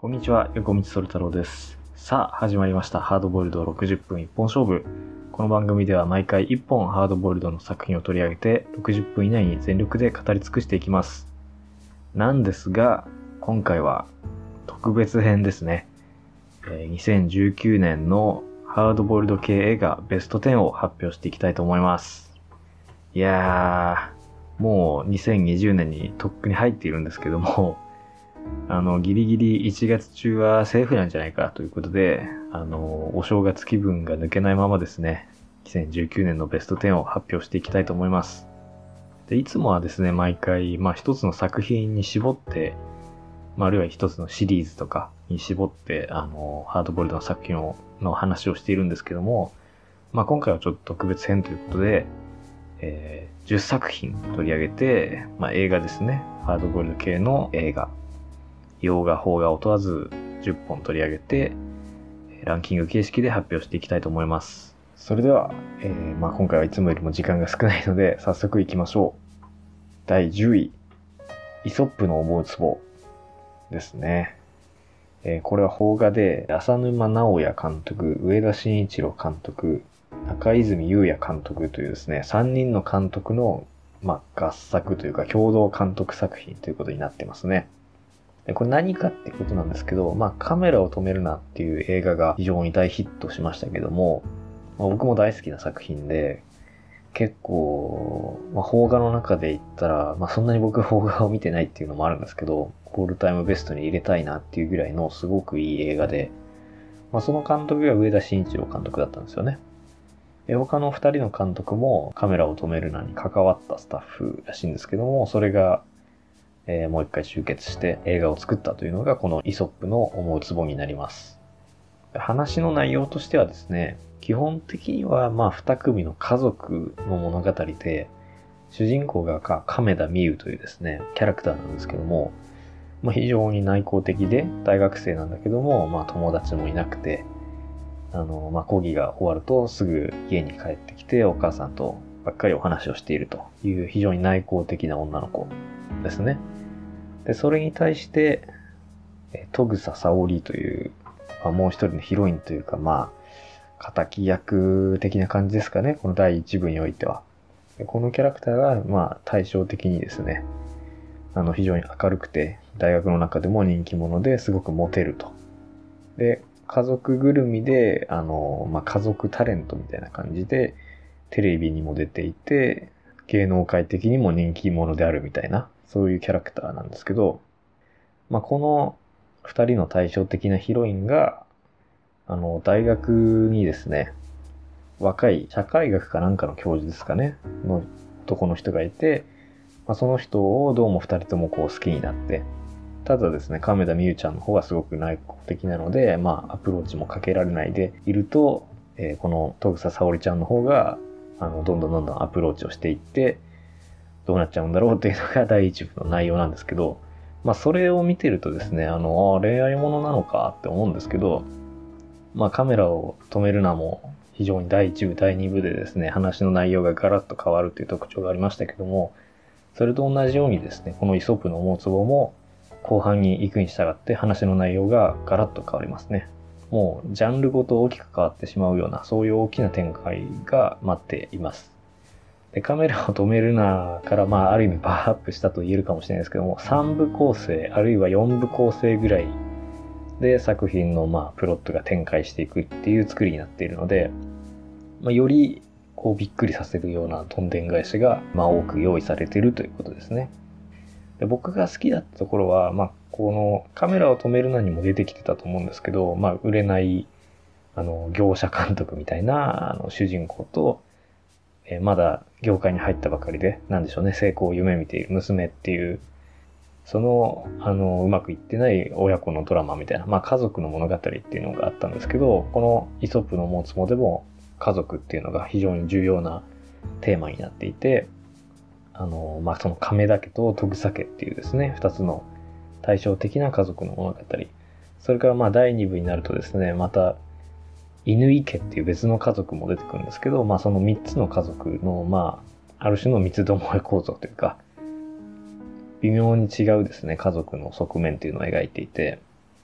こんにちは、横道そる太郎です。さあ、始まりました。ハードボイルド60分一本勝負。この番組では毎回1本ハードボイルドの作品を取り上げて、60分以内に全力で語り尽くしていきます。なんですが、今回は特別編ですね。2019年のハードボイルド系映画ベスト10を発表していきたいと思います。いやー、もう2020年にとっくに入っているんですけども、ギリギリ1月中はセーフなんじゃないかということで、お正月気分が抜けないままですね、2019年のベスト10を発表していきたいと思います。で、いつもはですね、毎回、一つの作品に絞って、あるいは一つのシリーズとかに絞って、ハードボイルドの作品の話をしているんですけども、今回はちょっと特別編ということで、10作品取り上げて、映画ですね、ハードボイルド系の映画、洋画、邦画を問わず10本取り上げて、ランキング形式で発表していきたいと思います。それでは、今回はいつもよりも時間が少ないので、早速いきましょう。第10位、イソップの思うツボですね。これは邦画で、浅沼直也監督、上田慎一郎監督、中泉裕也監督というですね、3人の監督の、合作というか共同監督作品ということになってますね。これ何かってことなんですけど、カメラを止めるなっていう映画が非常に大ヒットしましたけども、僕も大好きな作品で、結構、邦画の中で言ったら、そんなに僕邦画を見てないっていうのもあるんですけど、オールタイムベストに入れたいなっていうぐらいのすごくいい映画で、その監督が上田慎一郎監督だったんですよね。他の2人の監督もカメラを止めるなに関わったスタッフらしいんですけども、それがもう一回集結して映画を作ったというのがこのイソップの思うツボになります。話の内容としてはですね、基本的には2組の家族の物語で、主人公が亀田美優というですね、キャラクターなんですけども、非常に内向的で大学生なんだけども、友達もいなくて、講義が終わるとすぐ家に帰ってきてお母さんとばっかりお話をしているという非常に内向的な女の子ですね。で、それに対して、戸草沙織という、もう一人のヒロインというか、敵役的な感じですかね。この第一部においては。でこのキャラクターが、対照的にですね、非常に明るくて、大学の中でも人気者ですごくモテると。で、家族ぐるみで、家族タレントみたいな感じで、テレビにも出ていて、芸能界的にも人気者であるみたいな、そういうキャラクターなんですけど、この二人の対照的なヒロインが、大学にですね、若い社会学かなんかの教授ですかね、の男の人がいて、その人をどうも二人とも好きになって、ただですね、亀田美優ちゃんの方がすごく内向的なので、アプローチもかけられないでいると、この戸草沙織ちゃんの方が、どんどんアプローチをしていって、どうなっちゃうんだろうっていうのが第一部の内容なんですけど、それを見てるとですね、恋愛ものなのかって思うんですけど、カメラを止めるなも非常に第一部、第二部でですね、話の内容がガラッと変わるという特徴がありましたけども、それと同じようにですね、このイソップの思うツボも後半に行くに従って話の内容がガラッと変わりますね。もうジャンルごと大きく変わってしまうような、そういう大きな展開が待っています。で、カメラを止めるなからある意味パワーアップしたと言えるかもしれないですけども、3部構成あるいは4部構成ぐらいで作品のプロットが展開していくっていう作りになっているので、よりびっくりさせるようなどんでん返しが多く用意されているということですね。で、僕が好きだったところはこのカメラを止めるなにも出てきてたと思うんですけど、売れない業者監督みたいな主人公と、まだ業界に入ったばかりで、成功を夢見ている娘っていう、その、うまくいってない親子のドラマみたいな、家族の物語っていうのがあったんですけど、このイソップの思うツボでも家族っていうのが非常に重要なテーマになっていて、その亀田家と戸草家っていうですね、二つの対照的な家族の物語。それから第2部になるとですね、また、犬井家っていう別の家族も出てくるんですけど、その3つの家族の、ある種の三つどもえ構造というか、微妙に違うですね、家族の側面っていうのを描いていて、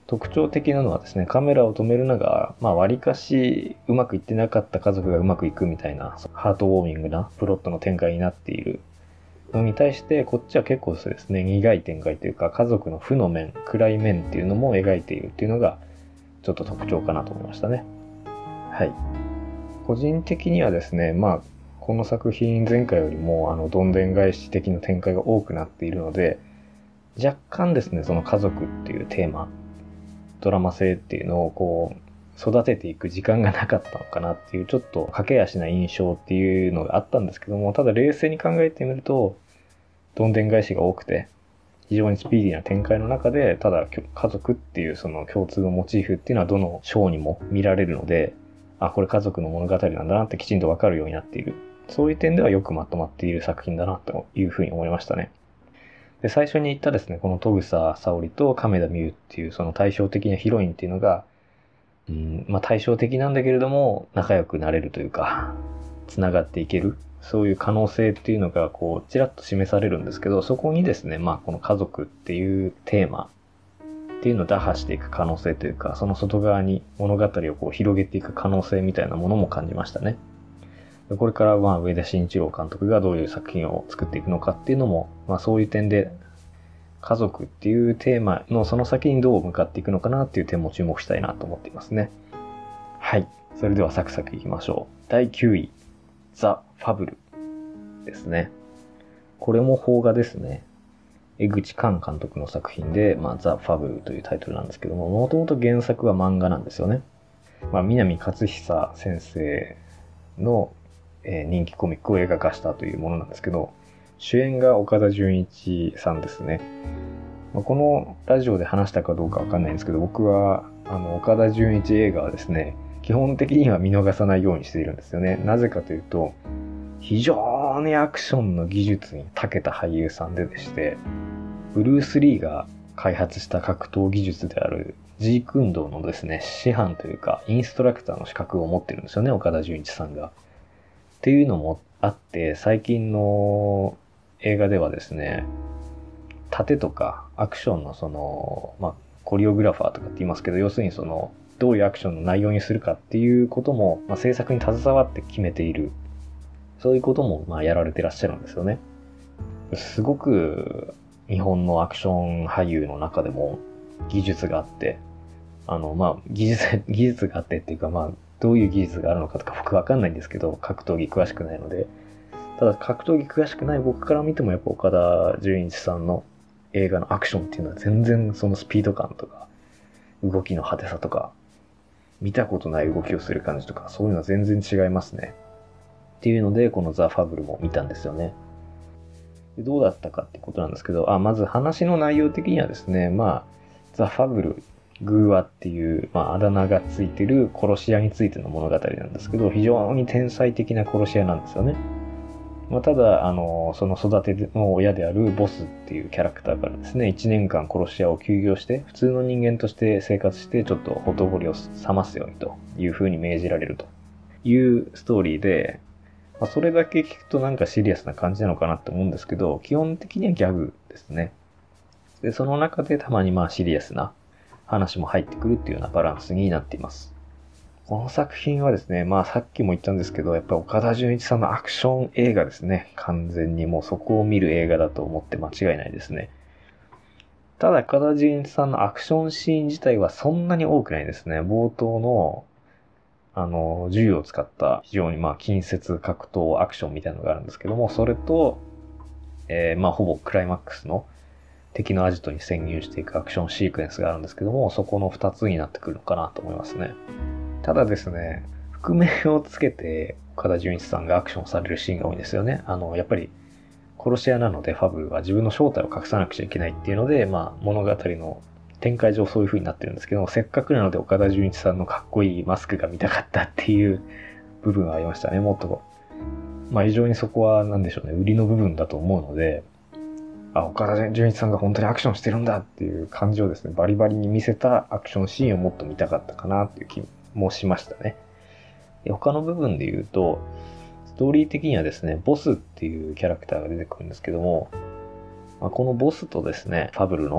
特徴的なのはですね、カメラを止めるのが、割かしうまくいってなかった家族がうまくいくみたいな、ハートウォーミングなプロットの展開になっているのに対して、こっちは結構ですね、苦い展開というか、家族の負の面、暗い面っていうのも描いているっていうのが、ちょっと特徴かなと思いましたね。はい。個人的にはですね、この作品前回よりもどんでん返し的な展開が多くなっているので、若干ですね、その家族っていうテーマ、ドラマ性っていうのを育てていく時間がなかったのかなっていう、ちょっと駆け足な印象っていうのがあったんですけども、ただ冷静に考えてみると、どんでん返しが多くて、非常にスピーディーな展開の中で、ただ家族っていうその共通のモチーフっていうのはどの章にも見られるので、これ家族の物語なんだなってきちんとわかるようになっている。そういう点ではよくまとまっている作品だなというふうに思いましたね。で、最初に言ったですね、この戸草沙織と亀田美優っていうその対照的なヒロインっていうのが、対照的なんだけれども仲良くなれるというか、つながっていける、そういう可能性っていうのがちらっと示されるんですけど、そこにですね、この家族っていうテーマっていうのを打破していく可能性というか、その外側に物語を広げていく可能性みたいなものも感じましたね。これから上田慎一郎監督がどういう作品を作っていくのかっていうのも、そういう点で家族っていうテーマのその先にどう向かっていくのかなっていう点も注目したいなと思っていますね。はい。それではサクサクいきましょう。第9位。ザ・ファブルですね。これも邦画ですね。江口寛監督の作品で、ザ・ファブルというタイトルなんですけども、もともと原作は漫画なんですよね。南勝久先生の人気コミックを映画化したというものなんですけど、主演が岡田准一さんですね。このラジオで話したかどうかわかんないんですけど、僕は岡田准一映画はですね、基本的には見逃さないようにしているんですよね。なぜかというと、非常にアクションの技術に長けた俳優さんでして、ブルース・リーが開発した格闘技術であるジーク運動のですね、師範というかインストラクターの資格を持ってるんですよね、岡田准一さんが。っていうのもあって、最近の映画ではですね、盾とかアクションのコリオグラファーとかって言いますけど、要するにどういうアクションの内容にするかっていうことも、制作に携わって決めている。そういうこともやられてらっしゃるんですよね。すごく日本のアクション俳優の中でも技術があって、技術があってっていうか、どういう技術があるのかとか僕わかんないんですけど、格闘技詳しくないので。ただ格闘技詳しくない僕から見てもやっぱ岡田准一さんの映画のアクションっていうのは全然そのスピード感とか、動きの派手さとか、見たことない動きをする感じとか、そういうのは全然違いますね。っていうので、このザ・ファブルも見たんですよね。でどうだったかってことなんですけど、まず話の内容的にはですね、ザ・ファブル、グーワっていう、あだ名がついてる殺し屋についての物語なんですけど、非常に天才的な殺し屋なんですよね。ただ、その育ての親であるボスっていうキャラクターからですね、1年間殺し屋を休業して、普通の人間として生活して、ちょっとほとぼりを冷ますようにという風に命じられるというストーリーで、それだけ聞くとなんかシリアスな感じなのかなって思うんですけど、基本的にはギャグですね。で、その中でたまにシリアスな話も入ってくるっていうようなバランスになっています。この作品はですね、さっきも言ったんですけど、やっぱり岡田准一さんのアクション映画ですね。完全にもうそこを見る映画だと思って間違いないですね。ただ岡田准一さんのアクションシーン自体はそんなに多くないですね。冒頭の銃を使った非常に近接格闘アクションみたいなのがあるんですけども、それと、ほぼクライマックスの敵のアジトに潜入していくアクションシークエンスがあるんですけども、そこの2つになってくるのかなと思いますね。ただですね、覆面をつけて岡田准一さんがアクションされるシーンが多いんですよね。やっぱり殺し屋なのでファブルは自分の正体を隠さなくちゃいけないっていうので、物語の展開上そういう風になってるんですけども、せっかくなので岡田准一さんのかっこいいマスクが見たかったっていう部分はありましたね。もっと非常にそこはなんでしょうね、売りの部分だと思うので、岡田准一さんが本当にアクションしてるんだっていう感じをですね、バリバリに見せたアクションシーンをもっと見たかったかなっていう気もしましたね。他の部分で言うと、ストーリー的にはですね、ボスっていうキャラクターが出てくるんですけども、このボスとですね、ファブルのウ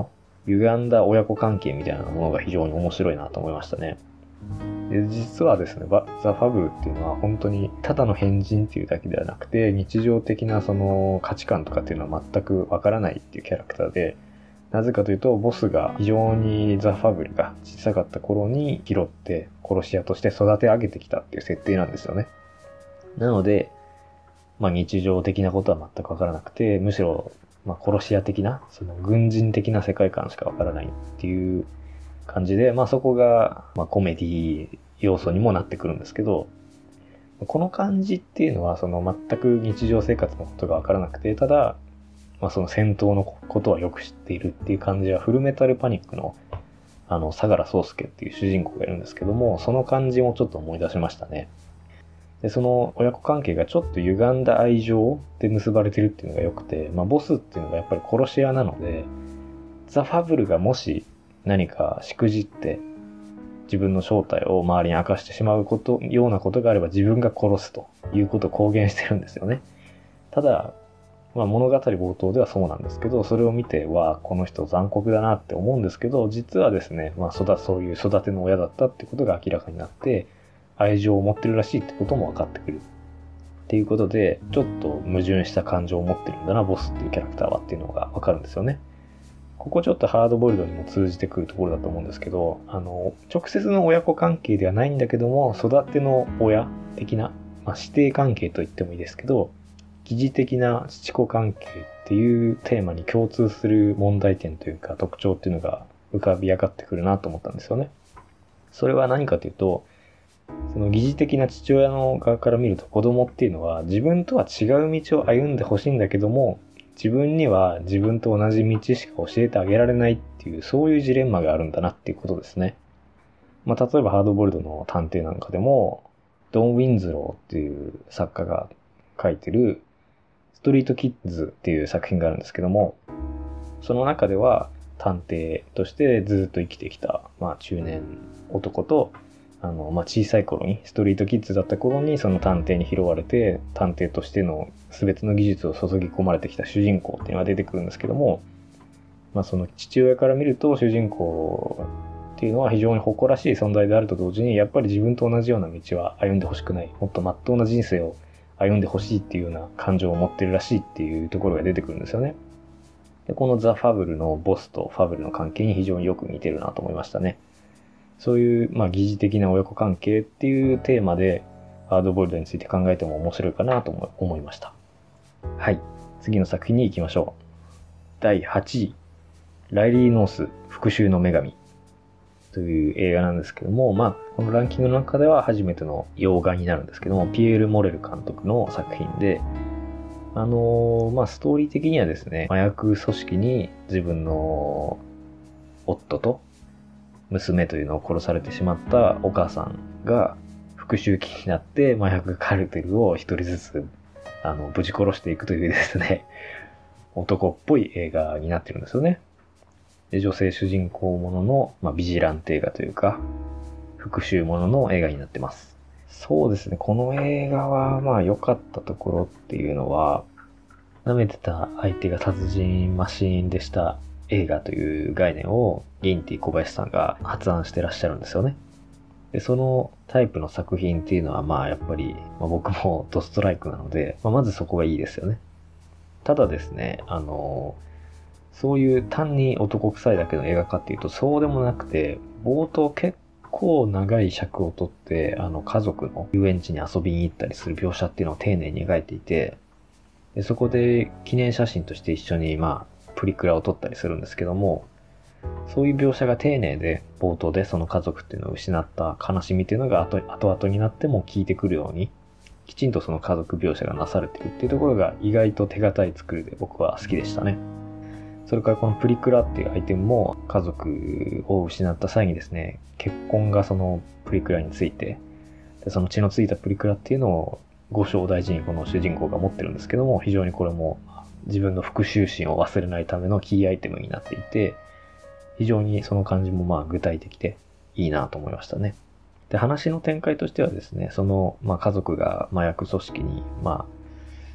歪んだ親子関係みたいなものが非常に面白いなと思いましたね。で実はですね、ザ・ファブルっていうのは本当にただの変人っていうだけではなくて、日常的なその価値観とかっていうのは全くわからないっていうキャラクターで、なぜかというとボスが非常にザ・ファブルが小さかった頃に拾って殺し屋として育て上げてきたっていう設定なんですよね。なので、日常的なことは全くわからなくて、むしろ殺し屋的な、その軍人的な世界観しかわからないっていう感じで、そこがコメディ要素にもなってくるんですけど、この感じっていうのはその全く日常生活のことがわからなくて、ただその戦闘のことはよく知っているっていう感じは、フルメタルパニックの相良宗介っていう主人公がいるんですけども、その感じもちょっと思い出しましたね。でその親子関係がちょっと歪んだ愛情で結ばれてるっていうのが良くて、ボスっていうのがやっぱり殺し屋なので、ザ・ファブルがもし何かしくじって自分の正体を周りに明かしてしまうようなことがあれば、自分が殺すということを公言してるんですよね。ただ物語冒頭ではそうなんですけど、それを見てこの人残酷だなって思うんですけど、実はですね、そういう育ての親だったってことが明らかになって、愛情を持ってるらしいってことも分かってくるっていうことで、ちょっと矛盾した感情を持ってるんだなボスっていうキャラクターはっていうのが分かるんですよね。ここちょっとハードボイルドにも通じてくるところだと思うんですけど、直接の親子関係ではないんだけども、育ての親的な、師弟関係と言ってもいいですけど、疑似的な父子関係っていうテーマに共通する問題点というか特徴っていうのが浮かび上がってくるなと思ったんですよね。それは何かというと、その疑似的な父親の側から見ると、子供っていうのは自分とは違う道を歩んでほしいんだけども、自分には自分と同じ道しか教えてあげられないっていう、そういうジレンマがあるんだなっていうことですね。例えばハードボイルドの探偵なんかでも、ドン・ウィンズローっていう作家が書いてるストリートキッズっていう作品があるんですけども、その中では探偵としてずっと生きてきた、中年男と、小さい頃にストリートキッズだった頃にその探偵に拾われて、探偵としての全ての技術を注ぎ込まれてきた主人公っていうのが出てくるんですけども、その父親から見ると主人公っていうのは非常に誇らしい存在であると同時に、やっぱり自分と同じような道は歩んでほしくない、もっと真っ当な人生を歩んでほしいっていうような感情を持ってるらしいっていうところが出てくるんですよね。でこのザ・ファブルのボスとファブルの関係に非常によく似てるなと思いましたね。そういう疑似的な親子関係っていうテーマでハードボイルドについて考えても面白いかなと思いました。はい、次の作品に行きましょう。第8位、ライリー・ノース復讐の女神という映画なんですけども、このランキングの中では初めての洋画になるんですけども、ピエール・モレル監督の作品で、ストーリー的にはですね、麻薬組織に自分の夫と娘というのを殺されてしまったお母さんが復讐期になって麻薬カルテルを一人ずつぶち殺していくというですね、男っぽい映画になってるんですよね。で女性主人公ものの、ビジランテ映画というか復讐ものの映画になってます。そうですね、この映画は良かったところっていうのは、舐めてた相手が殺人マシーンでした映画という概念をギンティ小林さんが発案してらっしゃるんですよね。でそのタイプの作品っていうのはやっぱり、僕もドストライクなので、まずそこがいいですよね。ただですね、そういう単に男臭いだけの映画かっていうとそうでもなくて、冒頭結構長い尺をとって家族の遊園地に遊びに行ったりする描写っていうのを丁寧に描いていて、でそこで記念写真として一緒にプリクラを撮ったりするんですけども、そういう描写が丁寧で、冒頭でその家族っていうのを失った悲しみっていうのが後々になっても効いてくるように、きちんとその家族描写がなされているっていうところが意外と手堅い作りで僕は好きでしたね。それからこのプリクラっていうアイテムも、家族を失った際にですね、血痕がそのプリクラについて、でその血のついたプリクラっていうのを5章大事にこの主人公が持ってるんですけども、非常にこれも自分の復讐心を忘れないためのキーアイテムになっていて、非常にその感じも具体的でいいなと思いましたね。で話の展開としてはですね、その家族が麻薬組織に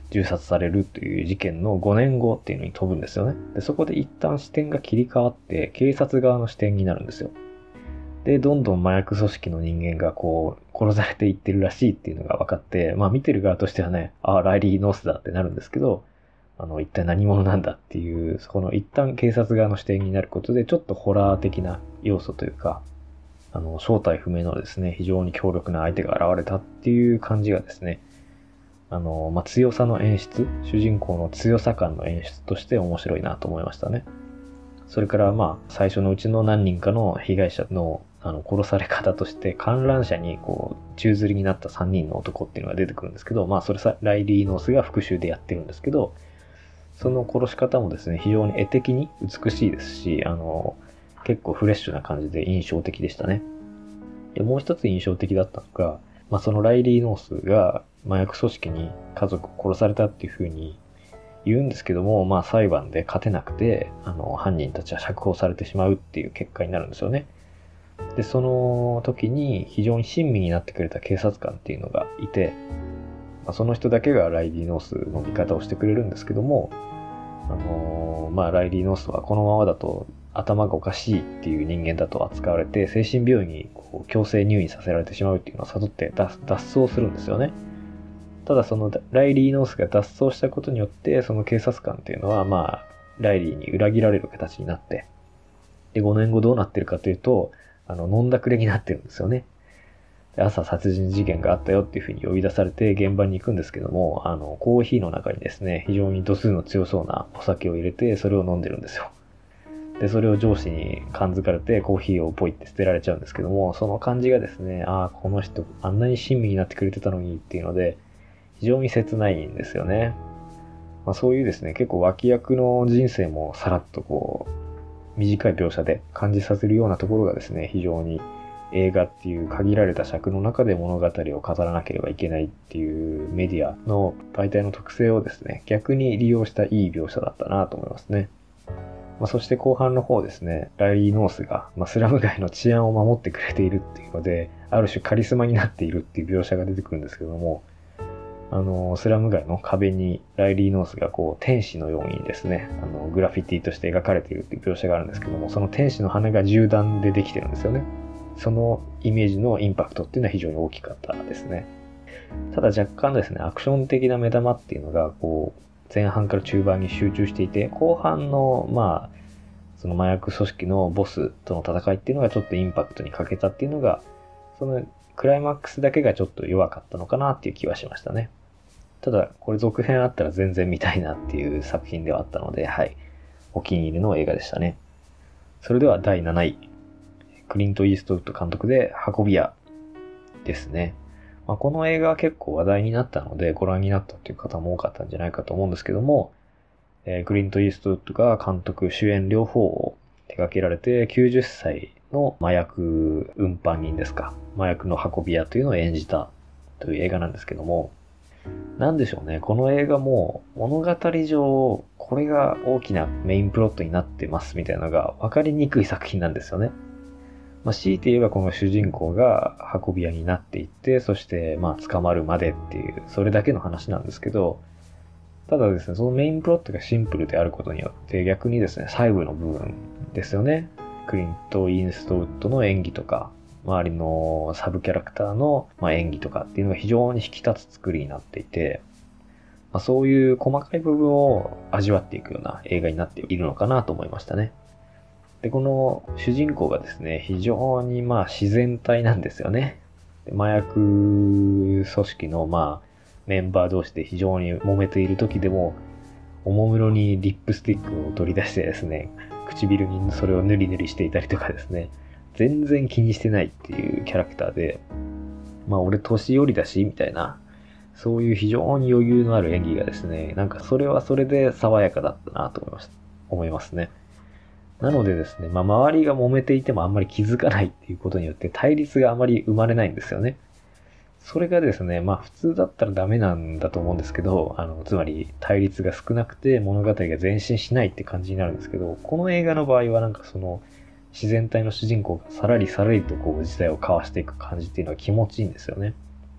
銃殺されるという事件の5年後っていうのに飛ぶんですよね。で、そこで一旦視点が切り替わって警察側の視点になるんですよ。で、どんどん麻薬組織の人間が殺されていってるらしいっていうのが分かって、見てる側としてはね、ライリー・ノースだってなるんですけど、一体何者なんだっていう、その一旦警察側の視点になることで、ちょっとホラー的な要素というか、正体不明のですね、非常に強力な相手が現れたっていう感じがですね、強さの演出、主人公の強さ感の演出として面白いなと思いましたね。それから最初のうちの何人かの被害者の殺され方として観覧車に宙吊りになった3人の男っていうのが出てくるんですけど、それライリー・ノースが復讐でやってるんですけど、その殺し方もですね、非常に絵的に美しいですし、結構フレッシュな感じで印象的でしたね。で、もう一つ印象的だったのが、そのライリー・ノースが麻薬組織に家族を殺されたっていう風に言うんですけども、裁判で勝てなくて、犯人たちは釈放されてしまうっていう結果になるんですよね。で、その時に非常に親身になってくれた警察官っていうのがいて、その人だけがライリー・ノースの味方をしてくれるんですけども、ライリー・ノースはこのままだと頭がおかしいっていう人間だと扱われて、精神病院に強制入院させられてしまうっていうのを悟って脱走するんですよね。ただそのライリー・ノースが脱走したことによって、その警察官っていうのはライリーに裏切られる形になって、で、5年後どうなってるかというと、飲んだくれになってるんですよね。で、朝殺人事件があったよっていうふうに呼び出されて現場に行くんですけども、コーヒーの中にですね、非常に度数の強そうなお酒を入れて、それを飲んでるんですよ。で、それを上司に感づかれてコーヒーをポイって捨てられちゃうんですけども、その感じがですね、この人あんなに親身になってくれてたのにっていうので、非常に切ないんですよね。そういうですね、結構脇役の人生もさらっと短い描写で感じさせるようなところがですね、非常に映画っていう限られた尺の中で物語を語らなければいけないっていうメディアの媒体の特性をですね、逆に利用したいい描写だったなと思いますね。そして後半の方ですね、ライリー・ノースが、スラム街の治安を守ってくれているっていうので、ある種カリスマになっているっていう描写が出てくるんですけども、スラム街の壁にライリー・ノースが天使のようにですね、グラフィティとして描かれているっていう描写があるんですけども、その天使の羽が銃弾でできてるんですよね。そのイメージのインパクトっていうのは非常に大きかったですね。ただ若干ですね、アクション的な目玉っていうのが前半から中盤に集中していて、後半のその麻薬組織のボスとの戦いっていうのがちょっとインパクトに欠けたっていうのが、そのクライマックスだけがちょっと弱かったのかなっていう気はしましたね。ただこれ続編あったら全然見たいなっていう作品ではあったので、はい、お気に入りの映画でしたね。それでは第7位、クリント・イーストウッド監督で運び屋ですね。この映画は結構話題になったのでご覧になったという方も多かったんじゃないかと思うんですけども、クリント・イーストウッドが監督主演両方を手掛けられて、90歳の麻薬運搬人ですか、麻薬の運び屋というのを演じたという映画なんですけども、なんでしょうね、この映画も物語上これが大きなメインプロットになってますみたいなのが分かりにくい作品なんですよね。強いて言えばこの主人公が運び屋になっていって、そして捕まるまでっていう、それだけの話なんですけど、ただですね、そのメインプロットがシンプルであることによって逆にですね、細部の部分ですよね。クリント・イーストウッドの演技とか、周りのサブキャラクターの演技とかっていうのが非常に引き立つ作りになっていて、そういう細かい部分を味わっていくような映画になっているのかなと思いましたね。で、この主人公がですね、非常に自然体なんですよね。麻薬組織のメンバー同士で非常に揉めている時でも、おもむろにリップスティックを取り出してですね、唇にそれを塗り塗りしていたりとかですね、全然気にしてないっていうキャラクターで、俺年寄りだしみたいな、そういう非常に余裕のある演技がですね、なんかそれはそれで爽やかだったなと思いますね。なのでですね、周りが揉めていてもあんまり気づかないっていうことによって対立があまり生まれないんですよね。それがですね、普通だったらダメなんだと思うんですけど、つまり対立が少なくて物語が前進しないって感じになるんですけど、この映画の場合はなんかその自然体の主人公がさらりさらりと事態を交わしていく感じっていうのは気持ちいいんですよね。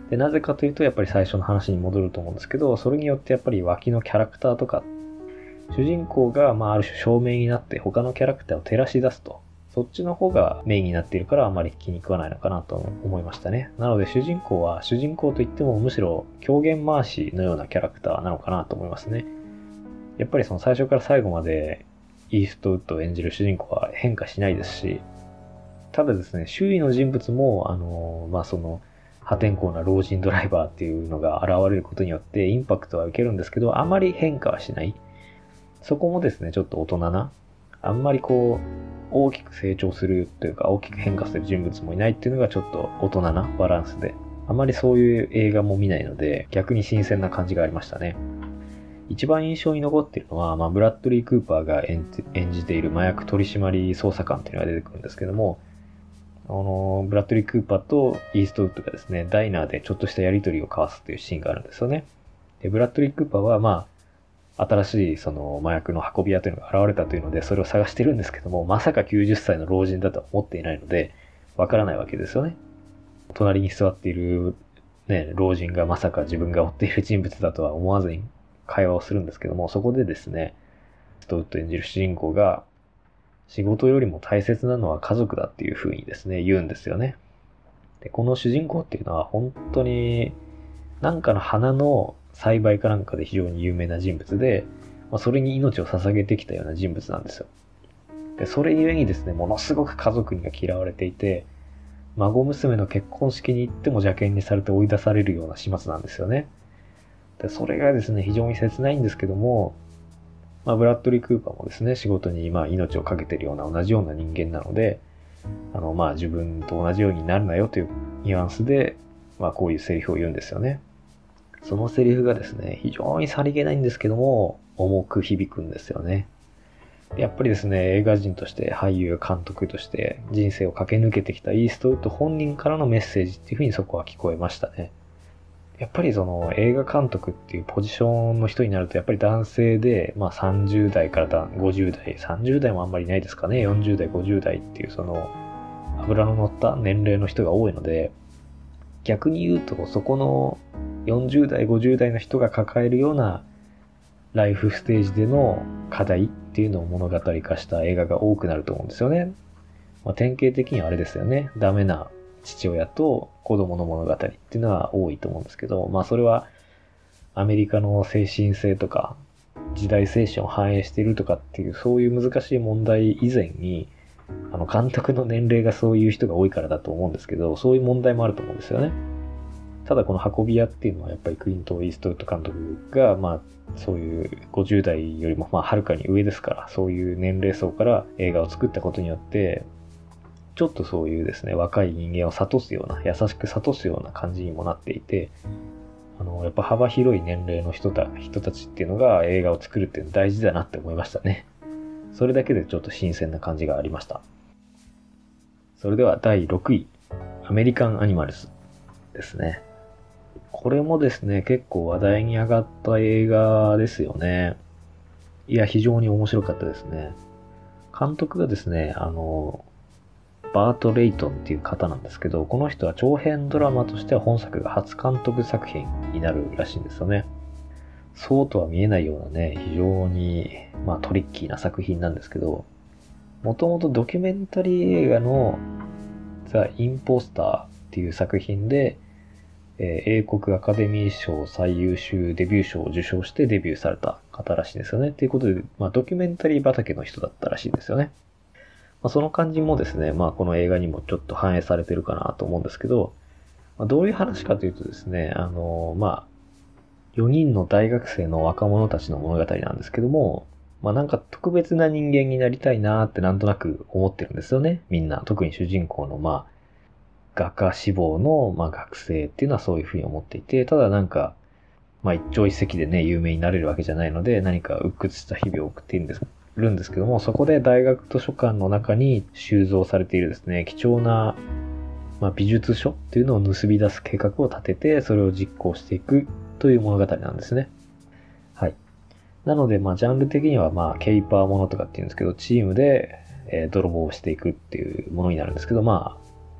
で、なぜかというと、やっぱり最初の話に戻ると思うんですけど、それによってやっぱり脇のキャラクターとか、主人公がある種照明になって他のキャラクターを照らし出すと。そっちの方がメインになっているからあまり気に食わないのかなと思いましたね。なので主人公は主人公といってもむしろ狂言回しのようなキャラクターなのかなと思いますね。やっぱりその最初から最後までイーストウッドを演じる主人公は変化しないですし、ただですね、周囲の人物もその破天荒な老人ドライバーっていうのが現れることによってインパクトは受けるんですけど、あまり変化はしない。そこもですね、ちょっと大人な、あんまり大きく成長するというか大きく変化する人物もいないっていうのがちょっと大人なバランスで、あまりそういう映画も見ないので逆に新鮮な感じがありましたね。一番印象に残っているのは、ブラッドリー・クーパーが演じている麻薬取締捜査官っていうのが出てくるんですけども、ブラッドリー・クーパーとイーストウッドがですね、ダイナーでちょっとしたやり取りを交わすというシーンがあるんですよね。で、ブラッドリー・クーパーは新しいその麻薬の運び屋というのが現れたというので、それを探してるんですけども、まさか90歳の老人だとは思っていないので、わからないわけですよね。隣に座っているね、老人がまさか自分が追っている人物だとは思わずに会話をするんですけども、そこでですね、ストウッド演じる主人公が、仕事よりも大切なのは家族だっていう風にですね、言うんですよね。で、この主人公っていうのは本当になんかの花の栽培かなんかで非常に有名な人物で、それに命を捧げてきたような人物なんですよ。で、それゆえにですね、ものすごく家族には嫌われていて、孫娘の結婚式に行っても邪険にされて追い出されるような始末なんですよね。で、それがですね、非常に切ないんですけども、ブラッドリー・クーパーもですね、仕事に命をかけているような同じような人間なので、自分と同じようになるなよというニュアンスで、こういうセリフを言うんですよね。そのセリフがですね、非常にさりげないんですけども、重く響くんですよね。やっぱりですね、映画人として俳優、監督として人生を駆け抜けてきたイーストウッド本人からのメッセージっていう風にそこは聞こえましたね。やっぱりその映画監督っていうポジションの人になるとやっぱり男性で、30代から50代、30代もあんまりないですかね、40代、50代っていうその脂の乗った年齢の人が多いので、逆に言うとそこの40代、50代の人が抱えるようなライフステージでの課題っていうのを物語化した映画が多くなると思うんですよね。典型的にはあれですよね。ダメな父親と子供の物語っていうのは多いと思うんですけど、それはアメリカの精神性とか時代精神を反映しているとかっていうそういう難しい問題以前に、監督の年齢がそういう人が多いからだと思うんですけど、そういう問題もあると思うんですよね。ただこの運び屋っていうのはやっぱりクリント・イーストウッド監督がそういう50代よりもはるかに上ですから、そういう年齢層から映画を作ったことによってちょっとそういうですね、若い人間を諭すような、優しく諭すような感じにもなっていて、やっぱ幅広い年齢の人たちっていうのが映画を作るっていうの大事だなって思いましたね。それだけでちょっと新鮮な感じがありました。それでは第6位、アメリカンアニマルズですね。これもですね、結構話題に上がった映画ですよね。いや、非常に面白かったですね。監督がですね、バート・レイトンっていう方なんですけど、この人は長編ドラマとしては本作が初監督作品になるらしいんですよね。そうとは見えないようなね、非常にトリッキーな作品なんですけど、もともとドキュメンタリー映画のザ・インポスターっていう作品で、英国アカデミー賞最優秀デビュー賞を受賞してデビューされた方らしいんですよね。ということで、ドキュメンタリー畑の人だったらしいんですよね。その感じもですね、この映画にもちょっと反映されてるかなと思うんですけど、どういう話かというとですね、4人の大学生の若者たちの物語なんですけども、なんか特別な人間になりたいなーってなんとなく思ってるんですよね。みんな、特に主人公の画家志望の学生っていうのはそういうふうに思っていて、ただなんか、一朝一夕でね、有名になれるわけじゃないので、何か鬱屈した日々を送っているんですけども、そこで大学図書館の中に収蔵されているですね、貴重な、美術書っていうのを盗み出す計画を立てて、それを実行していくという物語なんですね。はい。なので、ジャンル的にはケイパーものとかっていうんですけど、チームで、泥棒をしていくっていうものになるんですけど、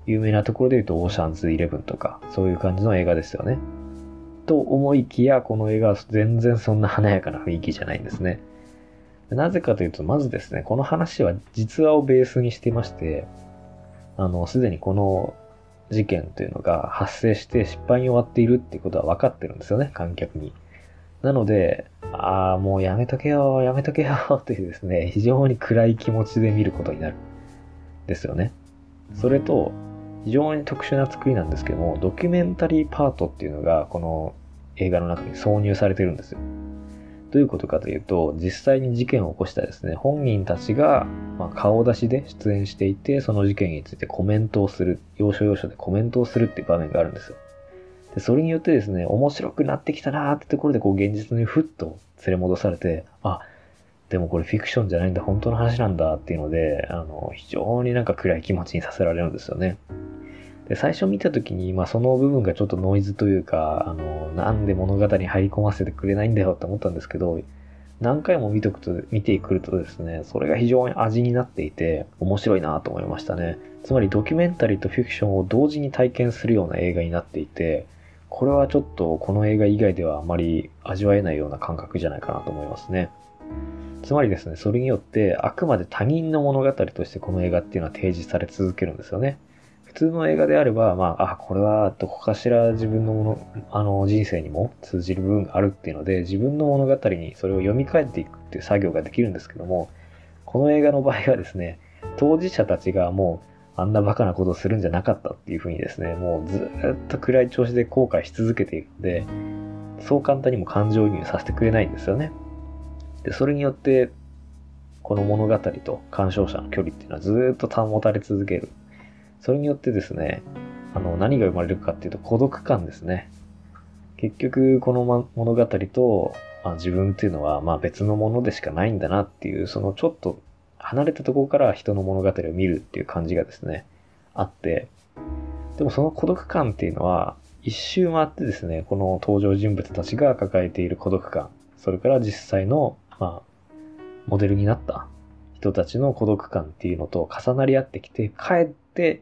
有名なところで言うとオーシャンズイレブンとか、そういう感じの映画ですよね。と思いきや、この映画は全然そんな華やかな雰囲気じゃないんですね。なぜかというと、まずですね、この話は実話をベースにしていまして、すでにこの事件というのが発生して失敗に終わっているっていうことは分かってるんですよね、観客に。なので、もうやめとけよ、やめとけよというですね、非常に暗い気持ちで見ることになる。ですよね。それと、非常に特殊な作りなんですけども、ドキュメンタリーパートっていうのがこの映画の中に挿入されてるんですよ。どういうことかというと、実際に事件を起こしたですね、本人たちが、顔出しで出演していて、その事件についてコメントをする、要所要所でコメントをするっていう場面があるんですよ。で、それによってですね、面白くなってきたなーってところで現実にふっと連れ戻されて、でもこれフィクションじゃないんだ、本当の話なんだっていうので、非常に暗い気持ちにさせられるんですよね。で、最初見た時に、その部分がちょっとノイズというか、なんで物語に入り込ませてくれないんだよって思ったんですけど、何回も見てくるとですね、それが非常に味になっていて、面白いなと思いましたね。つまりドキュメンタリーとフィクションを同時に体験するような映画になっていて、これはちょっとこの映画以外ではあまり味わえないような感覚じゃないかなと思いますね。つまりですね、それによってあくまで他人の物語としてこの映画っていうのは提示され続けるんですよね。普通の映画であれば、これはどこかしら自分の人生にも通じる部分があるっていうので、自分の物語にそれを読み替えていくっていう作業ができるんですけども、この映画の場合はですね、当事者たちがもうあんなバカなことをするんじゃなかったっていう風にですね、もうずっと暗い調子で後悔し続けているので、そう簡単にも感情移入させてくれないんですよね。で、それによって、この物語と鑑賞者の距離っていうのはずっと保たれ続ける。それによってですね、何が生まれるかっていうと孤独感ですね。結局、この物語と、自分っていうのは別のものでしかないんだなっていう、そのちょっと離れたところから人の物語を見るっていう感じがですね、あって、でもその孤独感っていうのは、一周回ってですね、この登場人物たちが抱えている孤独感、それから実際の、モデルになった人たちの孤独感っていうのと重なり合ってきて、かえって、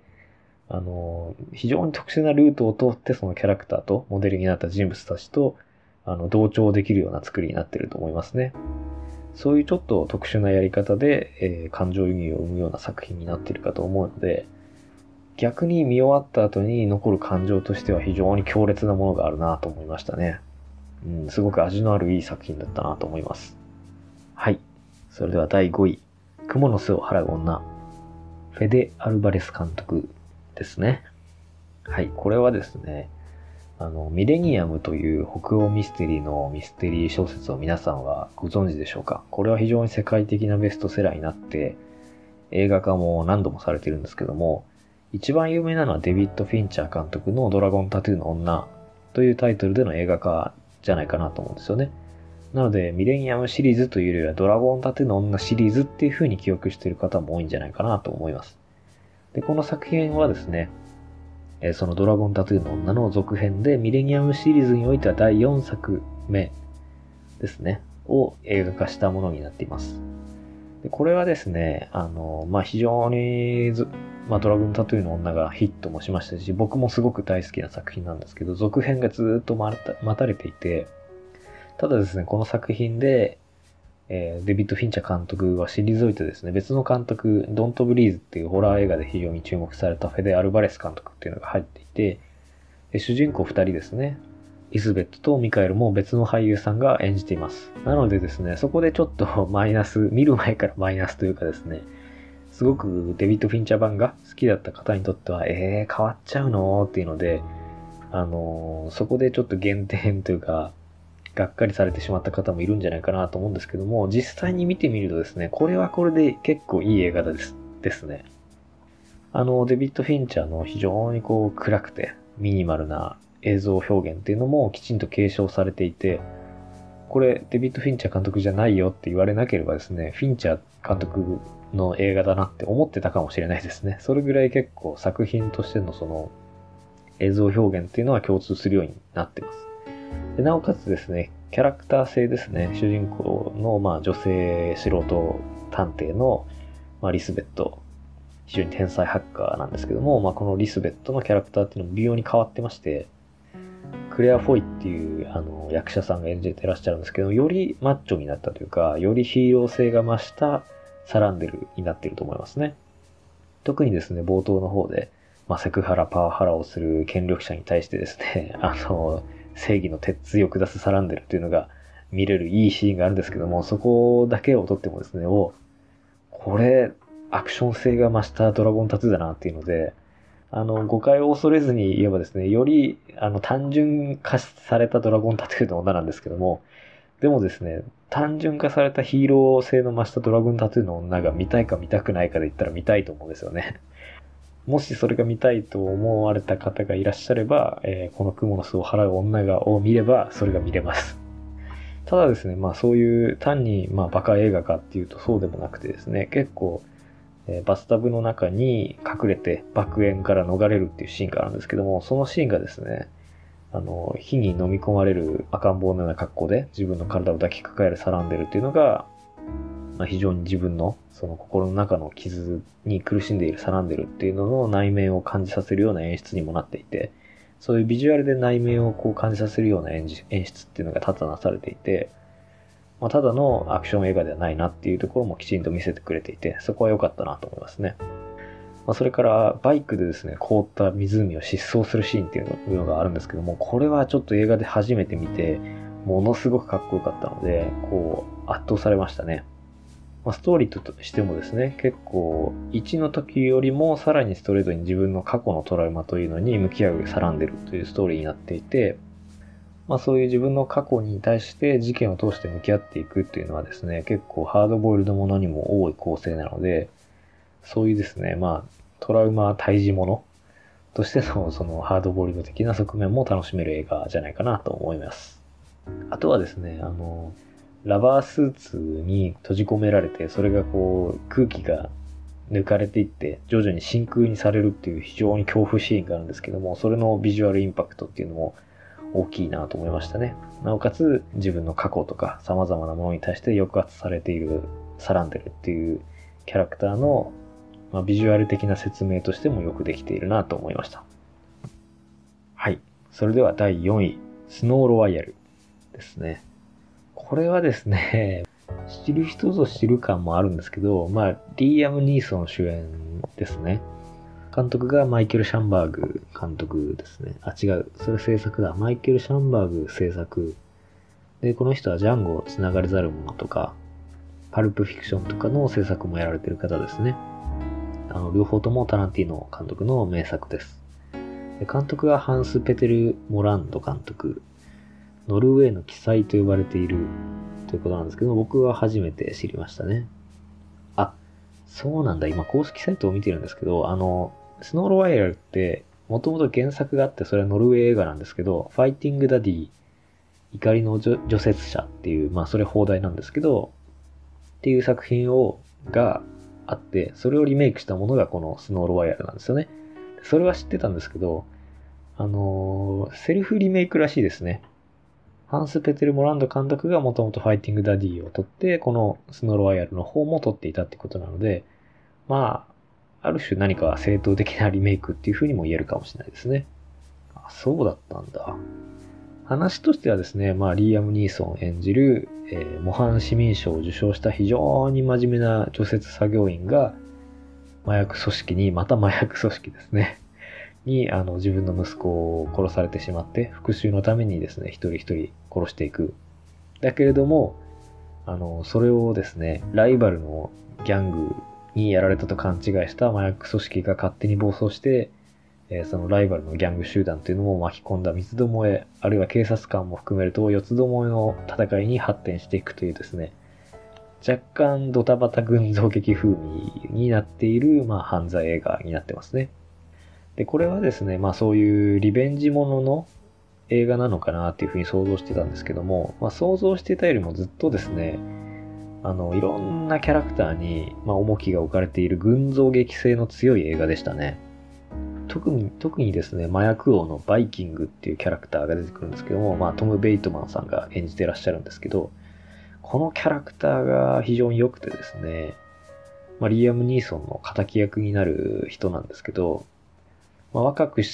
非常に特殊なルートを通ってそのキャラクターとモデルになった人物たちと、同調できるような作りになっていると思いますね。そういうちょっと特殊なやり方で、感情移入を生むような作品になっているかと思うので、逆に見終わった後に残る感情としては非常に強烈なものがあるなと思いましたね。すごく味のあるいい作品だったなと思います。はい。それでは第5位。蜘の巣を払う女。フェデ・アルバレス監督ですね。はい。これはですね、ミレニアムという北欧ミステリーのミステリー小説を皆さんはご存知でしょうか？これは非常に世界的なベストセラーになって、映画化も何度もされているんですけども、一番有名なのはデビッド・フィンチャー監督のドラゴンタトゥーの女というタイトルでの映画化じゃないかなと思うんですよね。なので、ミレニアムシリーズというよりはドラゴンタトゥーの女シリーズっていう風に記憶している方も多いんじゃないかなと思います。で、この作品はですね、そのドラゴンタトゥーの女の続編でミレニアムシリーズにおいては第4作目ですね、を映画化したものになっています。で、これはですね、非常にドラゴンタトゥーの女がヒットもしましたし、僕もすごく大好きな作品なんですけど、続編がずっと待たれていて、ただですね、この作品で、デビッド・フィンチャー監督は退いてですね、別の監督、ドント・ブリーズっていうホラー映画で非常に注目されたフェデ・アルバレス監督っていうのが入っていて、主人公2人ですね、リスベットとミカエルも別の俳優さんが演じています。なのでですね、そこでちょっと見る前からマイナスというかですね、すごくデビッド・フィンチャー版が好きだった方にとっては、変わっちゃうのっていうので、そこでちょっと減点というか、がっかりされてしまった方もいるんじゃないかなと思うんですけども、実際に見てみるとですね、これはこれで結構いい映画ですね。デビッド・フィンチャーの非常に暗くてミニマルな映像表現っていうのもきちんと継承されていて、これデビッド・フィンチャー監督じゃないよって言われなければですね、フィンチャー監督の映画だなって思ってたかもしれないですね。それぐらい結構作品としてのその映像表現っていうのは共通するようになっています。でなおかつですね、キャラクター性ですね、主人公の女性素人探偵のリスベット非常に天才ハッカーなんですけども、このリスベットのキャラクターっていうのも微妙に変わってまして、クレア・フォイっていう役者さんが演じてらっしゃるんですけど、よりマッチョになったというか、よりヒーロー性が増したサランデルになっていると思いますね。特にですね、冒頭の方で、セクハラ、パワハラをする権力者に対してですね、正義の鉄槌を下すサランデルというのが見れるいいシーンがあるんですけども、そこだけを撮ってもですね、これ、アクション性が増したドラゴンタトゥーだなっていうので、誤解を恐れずに言えばですね、より、単純化されたドラゴンタトゥーの女なんですけども、でもですね、単純化されたヒーロー性の増したドラゴンタトゥーの女が見たいか見たくないかで言ったら見たいと思うんですよね。もしそれが見たいと思われた方がいらっしゃれば、この蜘蛛の巣を払う女を見れば、それが見れます。ただですね、そういう単にバカ映画かっていうとそうでもなくてですね、結構、バスタブの中に隠れて爆炎から逃れるっていうシーンがあるんですけども、そのシーンがですね、火に飲み込まれる赤ん坊のような格好で自分の体を抱きかかえるサランデルっていうのが、非常に自分のその心の中の傷に苦しんでいるサランデルっていうのの内面を感じさせるような演出にもなっていて、そういうビジュアルで内面を感じさせるような演出っていうのが多々なされていて、ただのアクション映画ではないなっていうところもきちんと見せてくれていて、そこは良かったなと思いますね。それからバイクでですね、凍った湖を疾走するシーンっていうのがあるんですけども、これはちょっと映画で初めて見て、ものすごくかっこよかったので、圧倒されましたね。ストーリーとしてもですね、結構1の時よりもさらにストレートに自分の過去のトラウマというのに向き合うサランデルというストーリーになっていて、そういう自分の過去に対して事件を通して向き合っていくっていうのはですね、結構ハードボイルドものにも多い構成なので、そういうですね、トラウマ退治ものとしてのそのハードボイルド的な側面も楽しめる映画じゃないかなと思います。あとはですね、ラバースーツに閉じ込められて、それが空気が抜かれていって徐々に真空にされるっていう非常に恐怖シーンがあるんですけども、それのビジュアルインパクトっていうのも大きいなと思いましたね。なおかつ自分の過去とか様々なものに対して抑圧されているサランデルっていうキャラクターの、ビジュアル的な説明としてもよくできているなと思いました。はい。それでは第4位、スノーロワイヤルですね。これはですね、知る人ぞ知る感もあるんですけど、リーアム・ニーソン主演ですね。監督がマイケル・シャンバーグ監督ですね。違う。それ制作だ。マイケル・シャンバーグ制作。で、この人はジャンゴ、つながれざるものとか、パルプフィクションとかの制作もやられている方ですね。両方ともタランティーノ監督の名作です。で、監督がハンス・ペテル・モランド監督。ノルウェーの奇才と呼ばれているということなんですけど、僕は初めて知りましたね。そうなんだ。今公式サイトを見てるんですけど、スノーロワイヤルって、もともと原作があって、それはノルウェー映画なんですけど、ファイティングダディ、怒りの除雪者っていう、それ放題なんですけど、っていう作品があって、それをリメイクしたものがこのスノーロワイヤルなんですよね。それは知ってたんですけど、セルフリメイクらしいですね。ハンス・ペテル・モランド監督がもともとファイティング・ダディを撮って、このスノーロワイヤルの方も撮っていたってことなので、ある種何か正当的なリメイクっていう風にも言えるかもしれないですね。そうだったんだ。話としてはですね、リーアム・ニーソン演じる、模範市民賞を受賞した非常に真面目な除雪作業員が、麻薬組織に、また麻薬組織ですね。に自分の息子を殺されてしまって復讐のためにですね一人一人殺していく。だけれどもそれをですねライバルのギャングにやられたと勘違いした麻薬組織が勝手に暴走して、そのライバルのギャング集団というのも巻き込んだ三つどもえ、あるいは警察官も含めると四つどもえの戦いに発展していくというですね、若干ドタバタ群像劇風味になっている、犯罪映画になってますね。で、これはですね、そういうリベンジものの映画なのかなっていうふうに想像してたんですけども、想像していたよりもずっとですね、いろんなキャラクターに、重きが置かれている群像劇性の強い映画でしたね。特にですね、麻薬王のバイキングっていうキャラクターが出てくるんですけども、トム・ベイトマンさんが演じてらっしゃるんですけど、このキャラクターが非常に良くてですね、 リーアム・ニーソンの敵役になる人なんですけど、若くして、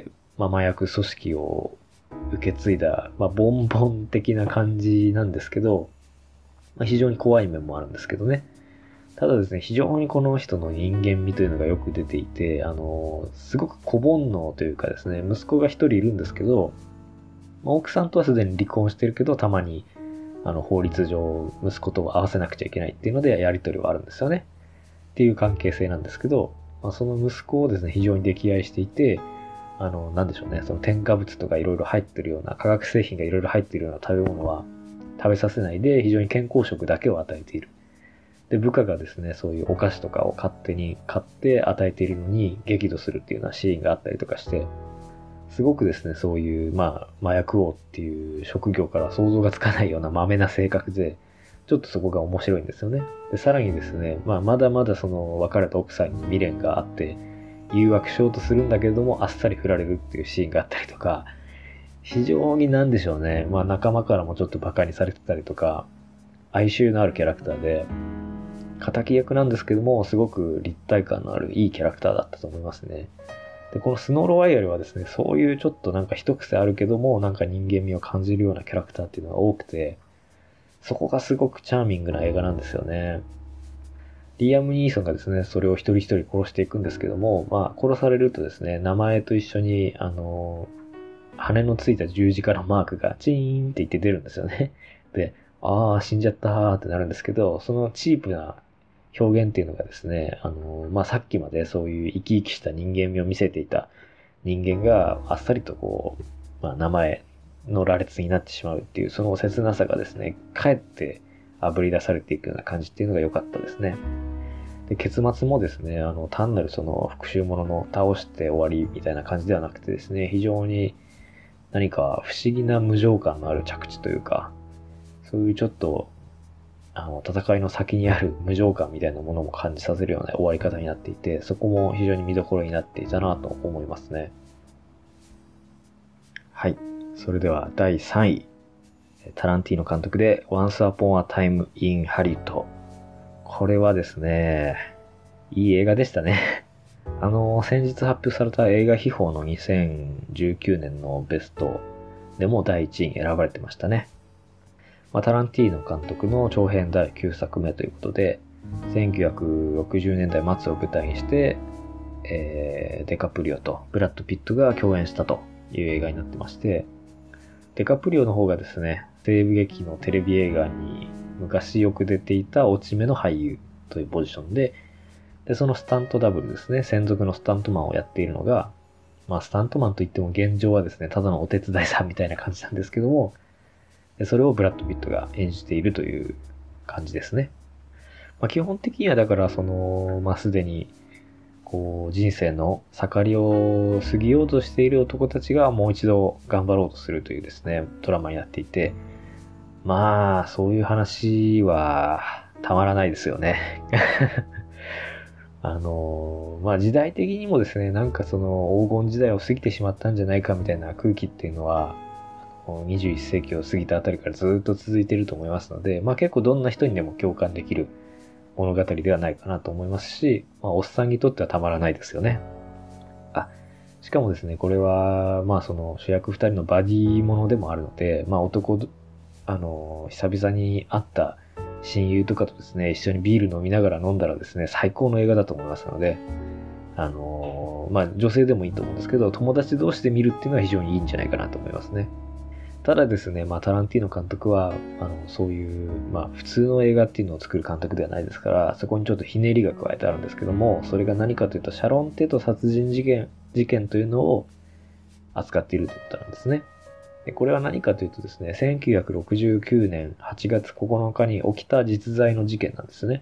麻薬組織を受け継いだ、ボンボン的な感じなんですけど、非常に怖い面もあるんですけどね。ただですね、非常にこの人の人間味というのがよく出ていて、すごく小煩悩というかですね、息子が一人いるんですけど、奥さんとはすでに離婚してるけど、たまに、法律上、息子とは合わせなくちゃいけないっていうので、やりとりはあるんですよね。っていう関係性なんですけど、その息子をですね、非常に溺愛していて、なんでしょうね、その添加物とかいろいろ入ってるような、化学製品がいろいろ入ってるような食べ物は食べさせないで、非常に健康食だけを与えている。で、部下がですね、そういうお菓子とかを勝手に買って与えているのに激怒するっていうようなシーンがあったりとかして、すごくですね、そういう、麻薬王っていう職業から想像がつかないようなまめな性格で、ちょっとそこが面白いんですよね。で、さらにですね、まだまだその別れた奥さんに未練があって、誘惑しようとするんだけれども、あっさり振られるっていうシーンがあったりとか、非常になんでしょうね、仲間からもちょっと馬鹿にされてたりとか、哀愁のあるキャラクターで、敵役なんですけども、すごく立体感のあるいいキャラクターだったと思いますね。で、このスノーロワイヤルはですね、そういうちょっとなんか一癖あるけども、なんか人間味を感じるようなキャラクターっていうのが多くて、そこがすごくチャーミングな映画なんですよね。リアム・ニーソンがですね、それを一人一人殺していくんですけども、殺されるとですね、名前と一緒に、羽のついた十字架のマークがチーンって言って出るんですよね。で、死んじゃったーってなるんですけど、そのチープな表現っていうのがですね、さっきまでそういう生き生きした人間味を見せていた人間があっさりとこう、名前の羅列になってしまうっていう、その切なさがですね、かえって炙り出されていくような感じっていうのが良かったですね。で、結末もですね、単なるその復讐者の倒して終わりみたいな感じではなくてですね、非常に何か不思議な無情感のある着地というか、そういうちょっと、戦いの先にある無情感みたいなものも感じさせるような終わり方になっていて、そこも非常に見どころになっていたなと思いますね。はい。それでは第3位。タランティーノ監督で Once Upon a Time in Hollywood。これはですね、いい映画でしたね。先日発表された映画秘宝の2019年のベストでも第1位に選ばれてましたね。タランティーノ監督の長編第9作目ということで、1960年代末を舞台にして、デカプリオとブラッド・ピットが共演したという映画になってまして、デカプリオの方がですね、西部劇のテレビ映画に昔よく出ていた落ち目の俳優というポジションで、そのスタントダブルですね、専属のスタントマンをやっているのが、スタントマンといっても現状はですね、ただのお手伝いさんみたいな感じなんですけども、それをブラッド・ピットが演じているという感じですね。基本的にはだからその、すでにこう人生の盛りを過ぎようとしている男たちがもう一度頑張ろうとするというですね、ドラマになっていて、そういう話はたまらないですよね。時代的にもですね、なんかその黄金時代を過ぎてしまったんじゃないかみたいな空気っていうのは、21世紀を過ぎたあたりからずっと続いていると思いますので、結構どんな人にでも共感できる物語ではないかなと思いますし、おっさんにとってはたまらないですよね。しかもですね、これは、その主役2人のバディものでもあるので、久々に会った親友とかとですね、一緒にビール飲みながら飲んだらですね、最高の映画だと思いますので、女性でもいいと思うんですけど、友達同士で見るっていうのは非常にいいんじゃないかなと思いますね。ただですね、タランティーノ監督は、そういう、普通の映画っていうのを作る監督ではないですから、そこにちょっとひねりが加えてあるんですけども、それが何かというと、シャロンテと殺人事件というのを扱っているということなんですね。でこれは何かというとですね、1969年8月9日に起きた実在の事件なんですね。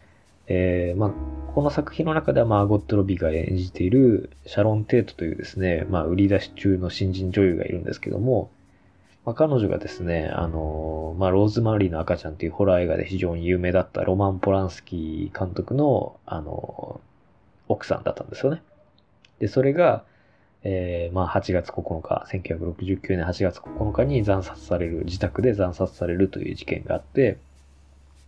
この作品の中ではマーゴット・ロビーが演じているシャロン・テートというですね、売り出し中の新人女優がいるんですけども、彼女がですね、ローズマリーの赤ちゃんというホラー映画で非常に有名だったロマン・ポランスキー監督の、奥さんだったんですよね。で、それが、8月9日、1969年8月9日に自宅で惨殺されるという事件があって、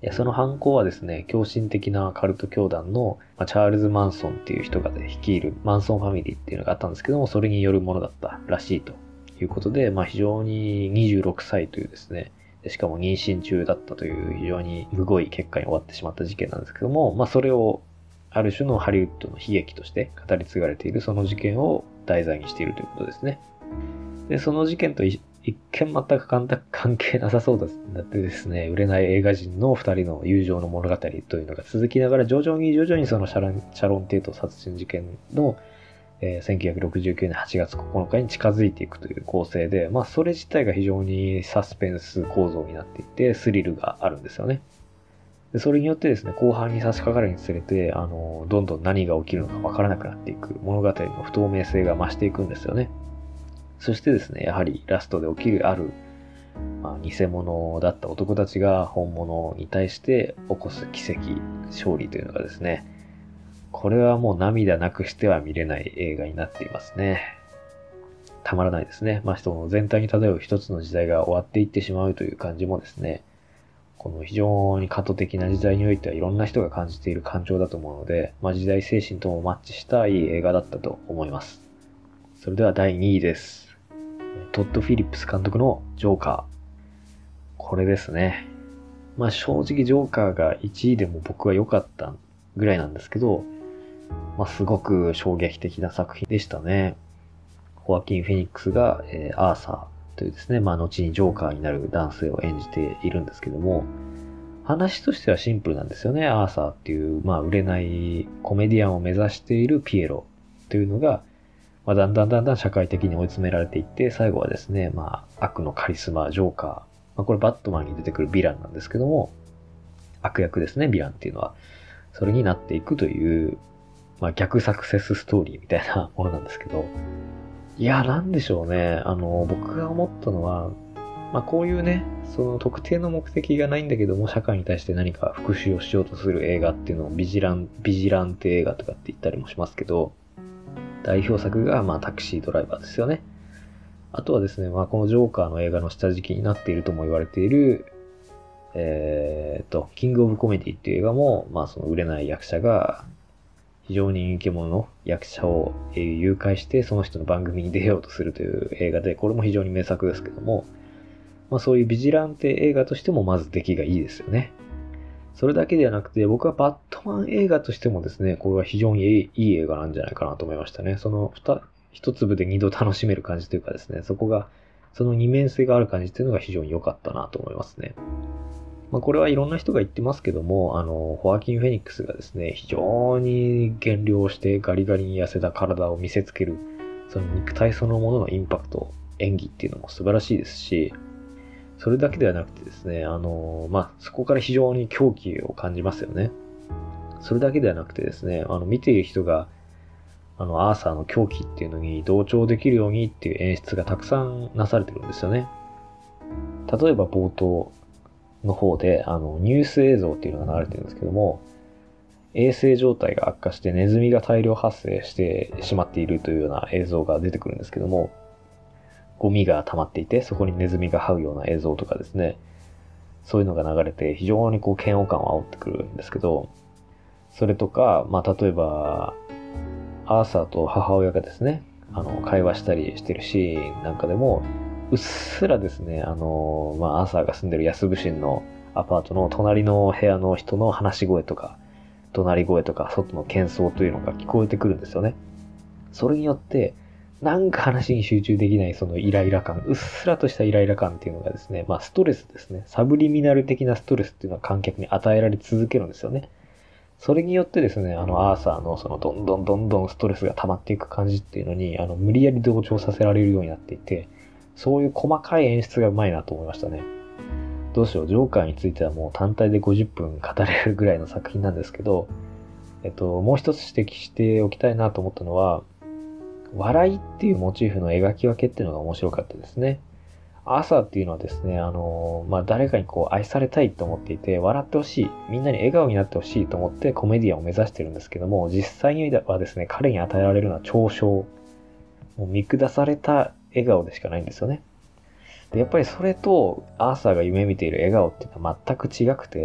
その犯行はですね、狂信的なカルト教団のチャールズ・マンソンっていう人が率いるマンソンファミリーっていうのがあったんですけども、それによるものだったらしいということで、非常に26歳というですね、しかも妊娠中だったという非常にむごい結果に終わってしまった事件なんですけども、それをある種のハリウッドの悲劇として語り継がれているその事件を題材にしているということですね。で、その事件と一見全く関係なさそうだってですね、売れない映画人の二人の友情の物語というのが続きながら徐々にそのシャロン・テイト殺人事件の、1969年8月9日に近づいていくという構成で、それ自体が非常にサスペンス構造になっていてスリルがあるんですよね。でそれによってですね、後半に差し掛かるにつれて、どんどん何が起きるのかわからなくなっていく、物語の不透明性が増していくんですよね。そしてですね、やはりラストで起きるある、偽物だった男たちが本物に対して起こす奇跡、勝利というのがですね、これはもう涙なくしては見れない映画になっていますね。たまらないですね。人の全体に漂う一つの時代が終わっていってしまうという感じもですね、この非常に過渡的な時代においてはいろんな人が感じている感情だと思うので、時代精神ともマッチしたいい映画だったと思います。それでは第2位です。トッド・フィリップス監督のジョーカー。これですね。正直ジョーカーが1位でも僕は良かったぐらいなんですけど、すごく衝撃的な作品でしたね。ホアキン・フェニックスが、アーサーというですね、後にジョーカーになる男性を演じているんですけども、話としてはシンプルなんですよね。アーサーっていう、売れないコメディアンを目指しているピエロというのが、だんだん社会的に追い詰められていって、最後はですね、悪のカリスマ、ジョーカー。これバットマンに出てくるヴィランなんですけども、悪役ですね、ヴィランっていうのは。それになっていくという、逆サクセスストーリーみたいなものなんですけど、いや、なんでしょうね。僕が思ったのは、こういうね、その特定の目的がないんだけども、社会に対して何か復讐をしようとする映画っていうのをビジランテ映画とかって言ったりもしますけど、代表作がタクシードライバーですよね。あとはですね、このジョーカーの映画の下敷きになっているとも言われている、キングオブコメディっていう映画も、その売れない役者が非常に人気者の役者を誘拐してその人の番組に出ようとするという映画で、これも非常に名作ですけども、そういうビジランテ映画としてもまず出来がいいですよね。それだけではなくて、僕はバットマン映画としてもですね、これは非常にいい映画なんじゃないかなと思いましたね。その一粒で二度楽しめる感じというかですね、その二面性がある感じというのが非常に良かったなと思いますね。これはいろんな人が言ってますけども、ホアキン・フェニックスがですね、非常に減量してガリガリに痩せた体を見せつける、その肉体そのもののインパクト、演技っていうのも素晴らしいですし、それだけではなくてですね、そこから非常に狂気を感じますよね。それだけではなくてですね、見ている人が、アーサーの狂気っていうのに同調できるようにっていう演出がたくさんなされてるんですよね。例えば冒頭の方で、ニュース映像っていうのが流れてるんですけども、衛生状態が悪化してネズミが大量発生してしまっているというような映像が出てくるんですけども、ゴミが溜まっていて、そこにネズミが這うような映像とかですね、そういうのが流れて非常に嫌悪感を煽ってくるんですけど、それとか、例えば、アーサーと母親がですね、会話したりしてるシーンなんかでも、うっすらですね、アーサーが住んでる安伏のアパートの隣の部屋の人の話し声とか、怒鳴り声とか、外の喧騒というのが聞こえてくるんですよね。それによって、なんか話に集中できないそのイライラ感、うっすらとしたイライラ感っていうのがですね、ストレスですね。サブリミナル的なストレスっていうのは観客に与えられ続けるんですよね。それによってですね、アーサーのそのどんどんストレスが溜まっていく感じっていうのに、無理やり同調させられるようになっていて、そういう細かい演出がうまいなと思いましたね。どうしよう、ジョーカーについてはもう単体で50分語れるぐらいの作品なんですけど、もう一つ指摘しておきたいなと思ったのは、笑いっていうモチーフの描き分けっていうのが面白かったですね。アーサーっていうのはですね、誰かに愛されたいと思っていて、笑ってほしい、みんなに笑顔になってほしいと思ってコメディアンを目指してるんですけども、実際にはですね、彼に与えられるのは嘲笑。もう見下された笑顔でしかないんですよね。で、やっぱりそれとアーサーが夢見ている笑顔っていうのは全く違くて、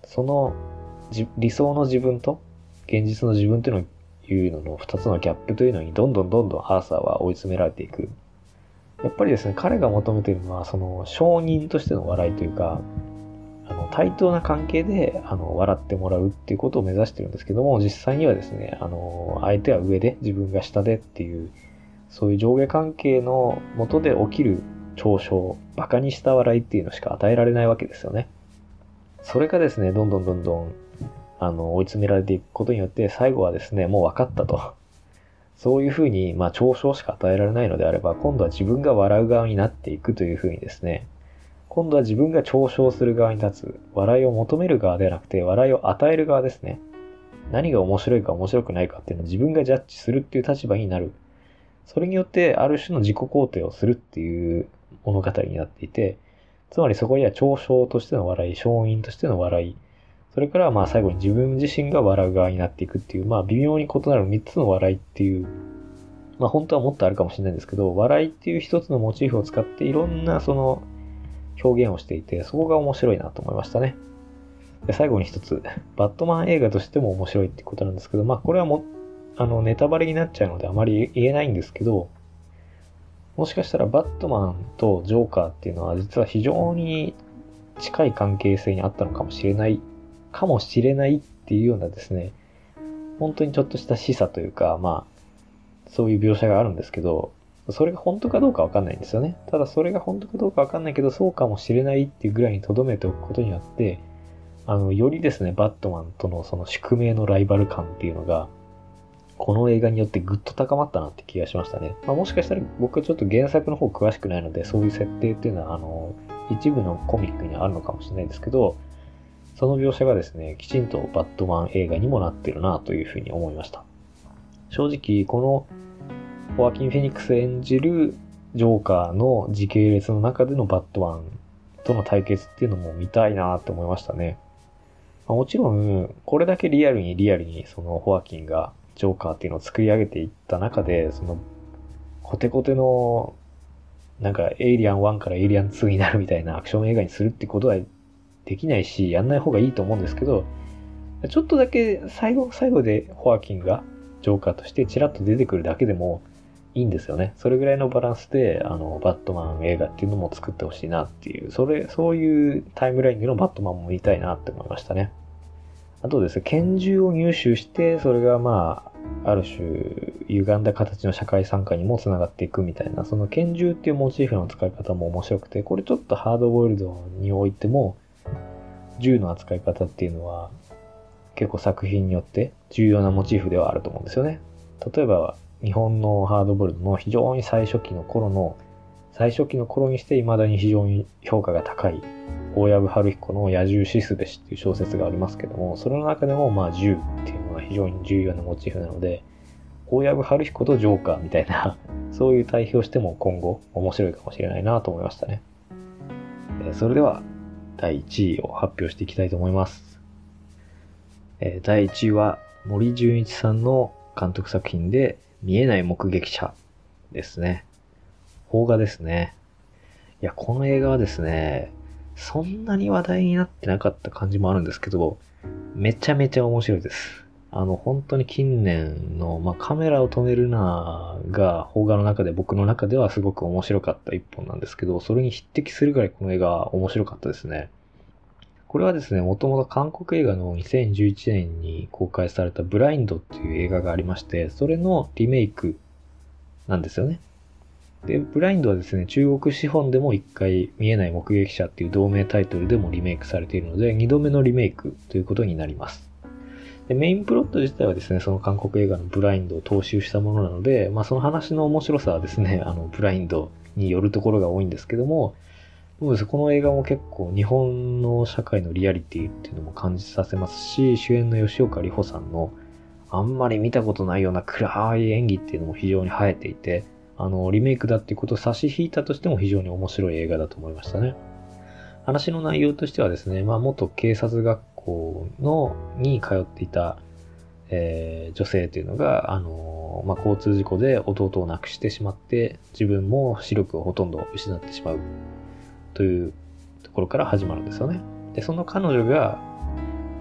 その理想の自分と現実の自分というのの2つのギャップというのにどんどんアーサーは追い詰められていく。やっぱりですね、彼が求めているのはその証人としての笑いというか、対等な関係で笑ってもらうっていうことを目指してるんですけども、実際にはですね、相手は上で自分が下でっていう、そういう上下関係の下で起きる嘲笑、馬鹿にした笑いっていうのしか与えられないわけですよね。それがですね、どんどん追い詰められていくことによって、最後はですね、もう分かったと。そういうふうに、嘲笑しか与えられないのであれば、今度は自分が笑う側になっていくというふうにですね、今度は自分が嘲笑する側に立つ、笑いを求める側ではなくて、笑いを与える側ですね。何が面白いか面白くないかっていうのを自分がジャッジするっていう立場になる。それによって、ある種の自己肯定をするっていう物語になっていて、つまりそこには嘲笑としての笑い、勝因としての笑い、それから最後に自分自身が笑う側になっていくっていう、微妙に異なる3つの笑いっていう、本当はもっとあるかもしれないんですけど、笑いっていう一つのモチーフを使っていろんなその表現をしていて、そこが面白いなと思いましたね。で、最後に一つ、バットマン映画としても面白いってことなんですけど、これはネタバレになっちゃうのであまり言えないんですけど、もしかしたらバットマンとジョーカーっていうのは実は非常に近い関係性にあったのかもしれないっていうようなですね、本当にちょっとした示唆というか、そういう描写があるんですけど、それが本当かどうかわかんないんですよね。ただそれが本当かどうかわかんないけど、そうかもしれないっていうぐらいに留めておくことによって、よりですね、バットマンとのその宿命のライバル感っていうのが、この映画によってぐっと高まったなって気がしましたね。もしかしたら僕はちょっと原作の方詳しくないので、そういう設定っていうのは、一部のコミックにはあるのかもしれないですけど、その描写がですね、きちんとバットマン映画にもなってるなというふうに思いました。正直、このホアキン・フェニックス演じるジョーカーの時系列の中でのバットマンとの対決っていうのも見たいなって思いましたね。もちろん、これだけリアルにそのホアキンがジョーカーっていうのを作り上げていった中で、そのコテコテのエイリアン1からエイリアン2になるみたいなアクション映画にするってことはできないし、やんない方がいいと思うんですけど、ちょっとだけ最後でホアキンがジョーカーとしてチラッと出てくるだけでもいいんですよね。それぐらいのバランスでバットマン映画っていうのも作ってほしいなっていう、そういうタイムラインでのバットマンも見たいなって思いましたね。あとですね、拳銃を入手して、それがある種歪んだ形の社会参加にもつながっていくみたいな、その拳銃っていうモチーフの使い方も面白くて、これちょっとハードボイルドにおいても銃の扱い方っていうのは結構作品によって重要なモチーフではあると思うんですよね。例えば日本のハードボイルドの非常に最初期の頃にして未だに非常に評価が高い大藪春彦の野獣死すべしっていう小説がありますけども、それの中でも銃っていうのが非常に重要なモチーフなので、大藪春彦とジョーカーみたいなそういう対比をしても今後面白いかもしれないなと思いましたね。それでは第1位を発表していきたいと思います。第1位は森純一さんの監督作品で見えない目撃者ですね。邦画ですね。いや、この映画はですね、そんなに話題になってなかった感じもあるんですけど、めちゃめちゃ面白いです。本当に近年の、カメラを止めるなが、邦画の中で僕の中ではすごく面白かった一本なんですけど、それに匹敵するぐらいこの映画面白かったですね。これはですね、もともと韓国映画の2011年に公開されたブラインドっていう映画がありまして、それのリメイクなんですよね。で、ブラインドはですね、中国資本でも一回見えない目撃者っていう同名タイトルでもリメイクされているので、2度目のリメイクということになります。で、メインプロット自体はですね、その韓国映画のブラインドを踏襲したものなので、その話の面白さはですね、ブラインドによるところが多いんですけども、この映画も結構日本の社会のリアリティっていうのも感じさせますし、主演の吉岡里帆さんのあんまり見たことないような暗い演技っていうのも非常に映えていて、リメイクだっていうことを差し引いたとしても非常に面白い映画だと思いましたね。話の内容としてはですね、元警察学校に通っていた、女性というのが、交通事故で弟を亡くしてしまって、自分も視力をほとんど失ってしまうというところから始まるんですよね。で、その彼女が、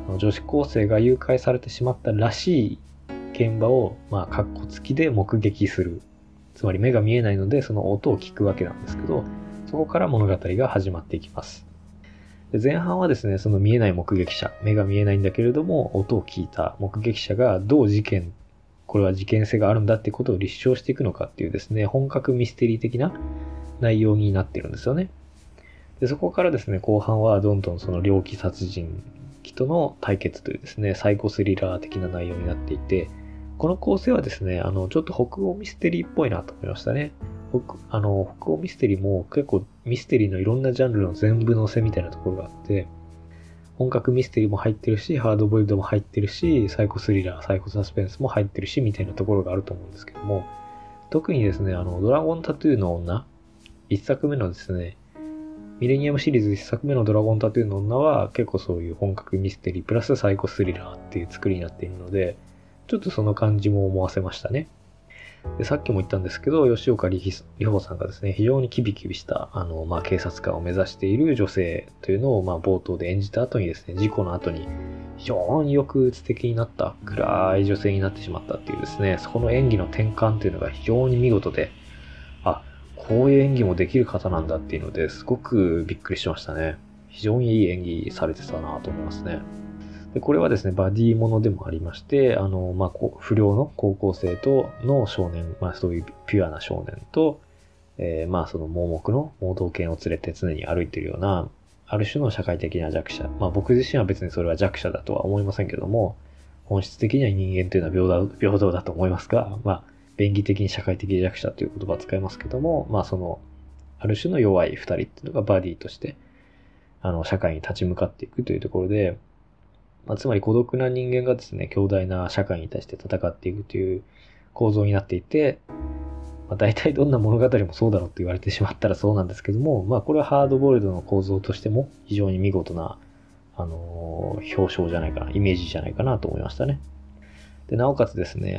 女子高生が誘拐されてしまったらしい現場を、カッコ付きで目撃する。つまり目が見えないので、その音を聞くわけなんですけど、そこから物語が始まっていきます。で、前半はですね、その見えない目撃者、目が見えないんだけれども、音を聞いた目撃者がどうこれは事件性があるんだっていうことを立証していくのかっていうですね、本格ミステリー的な内容になっているんですよね。で、そこからですね、後半はどんどんその猟奇殺人鬼との対決というですね、サイコスリラー的な内容になっていて、この構成はですね、ちょっと北欧ミステリーっぽいなと思いましたね。北欧ミステリーも結構ミステリーのいろんなジャンルの全部載せみたいなところがあって、本格ミステリーも入ってるし、ハードボイルドも入ってるし、サイコスリラー、サイコサスペンスも入ってるし、みたいなところがあると思うんですけども、特にですね、ドラゴンタトゥーの女、一作目のですね、ミレニアムシリーズ一作目のドラゴンタトゥーの女は結構そういう本格ミステリープラスサイコスリラーっていう作りになっているので、ちょっとその感じも思わせましたね。で、さっきも言ったんですけど、吉岡里帆さんがですね、非常にキビキビした、警察官を目指している女性というのを、冒頭で演じた後にですね、事故の後に非常に抑うつ的になった暗い女性になってしまったっていうですね、そこの演技の転換というのが非常に見事で、こういう演技もできる方なんだっていうのですごくびっくりしましたね。非常にいい演技されてたなと思いますね。で、これはですね、バディものでもありまして、不良の高校生の少年、そういうピュアな少年と、その盲目の盲導犬を連れて常に歩いているような、ある種の社会的な弱者。僕自身は別にそれは弱者だとは思いませんけども、本質的には人間というのは平等だと思いますが、便宜的に社会的弱者という言葉を使いますけども、ある種の弱い二人っていうのがバディとして、社会に立ち向かっていくというところで、つまり孤独な人間がですね、強大な社会に対して戦っていくという構造になっていて、大体どんな物語もそうだろうと言われてしまったらそうなんですけども、これはハードボイルドの構造としても非常に見事な、表彰じゃないかな、イメージじゃないかなと思いましたね。で、なおかつですね、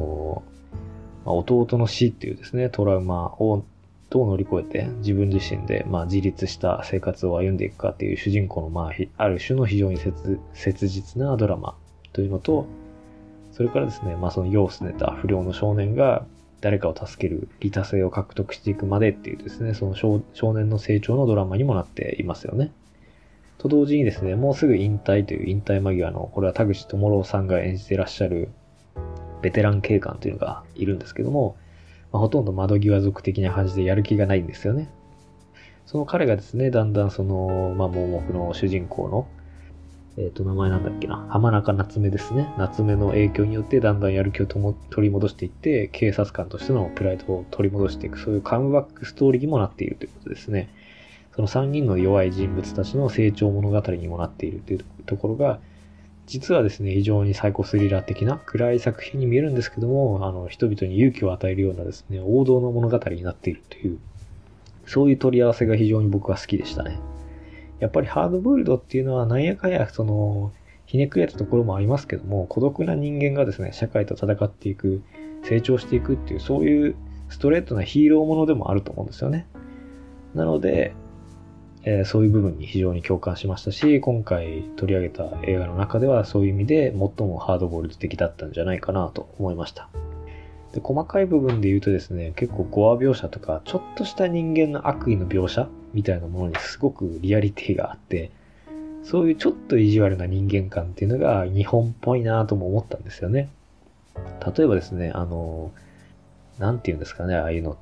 弟の死っていうですね、トラウマをどう乗り越えて自分自身で自立した生活を歩んでいくかっていう主人公のある種の非常に切実なドラマというのと、それからですね、その世を捨てた不良の少年が誰かを助ける利他性を獲得していくまでっていうですね、その少年の成長のドラマにもなっていますよね。と同時にですね、もうすぐ引退という引退間際の、これは田口智朗さんが演じていらっしゃるベテラン警官というのがいるんですけども、ほとんど窓際族的な感じでやる気がないんですよね。その彼がですね、だんだんその、盲目の主人公の、名前なんだっけな、浜中夏目ですね。夏目の影響によってだんだんやる気を取り戻していって、警察官としてのプライドを取り戻していく、そういうカムバックストーリーにもなっているということですね。その3人の弱い人物たちの成長物語にもなっているというところが、実はですね、非常にサイコスリラー的な暗い作品に見えるんですけども、人々に勇気を与えるようなですね、王道の物語になっているという、そういう取り合わせが非常に僕は好きでしたね。やっぱりハードボイルドっていうのはなんやかんやひねくれたところもありますけども、孤独な人間がですね、社会と戦っていく、成長していくっていう、そういうストレートなヒーローものでもあると思うんですよね。なので、そういう部分に非常に共感しましたし、今回取り上げた映画の中ではそういう意味で最もハードボイルド的だったんじゃないかなと思いました。で、細かい部分で言うとですね、結構ゴア描写とか、ちょっとした人間の悪意の描写みたいなものにすごくリアリティがあって、そういうちょっと意地悪な人間感っていうのが日本っぽいなとも思ったんですよね。例えばですね、なんて言うんですかね、ああいうのって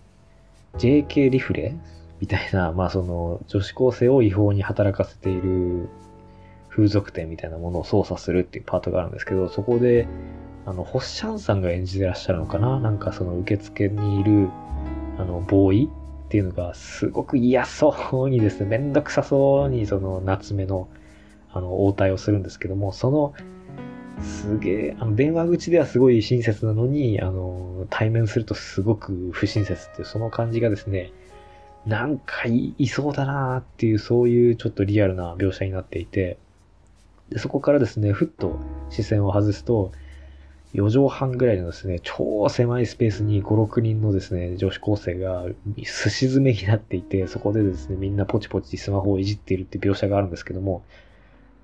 、JK リフレみたいな、その女子高生を違法に働かせている風俗店みたいなものを操作するっていうパートがあるんですけど、そこで、ホッシャンさんが演じてらっしゃるのかな、なんかその受付にいる、ボーイっていうのがすごく嫌そうにですね、めんどくさそうにその夏目の、応対をするんですけども、すげえ、電話口ではすごい親切なのに、対面するとすごく不親切っていう、その感じがですね、なんかいそうだなーっていう、そういうちょっとリアルな描写になっていて、で、そこからですね、ふっと視線を外すと、4畳半ぐらいのですね、超狭いスペースに5、6人のですね、女子高生がすし詰めになっていて、そこでですね、みんなポチポチスマホをいじっているって描写があるんですけども、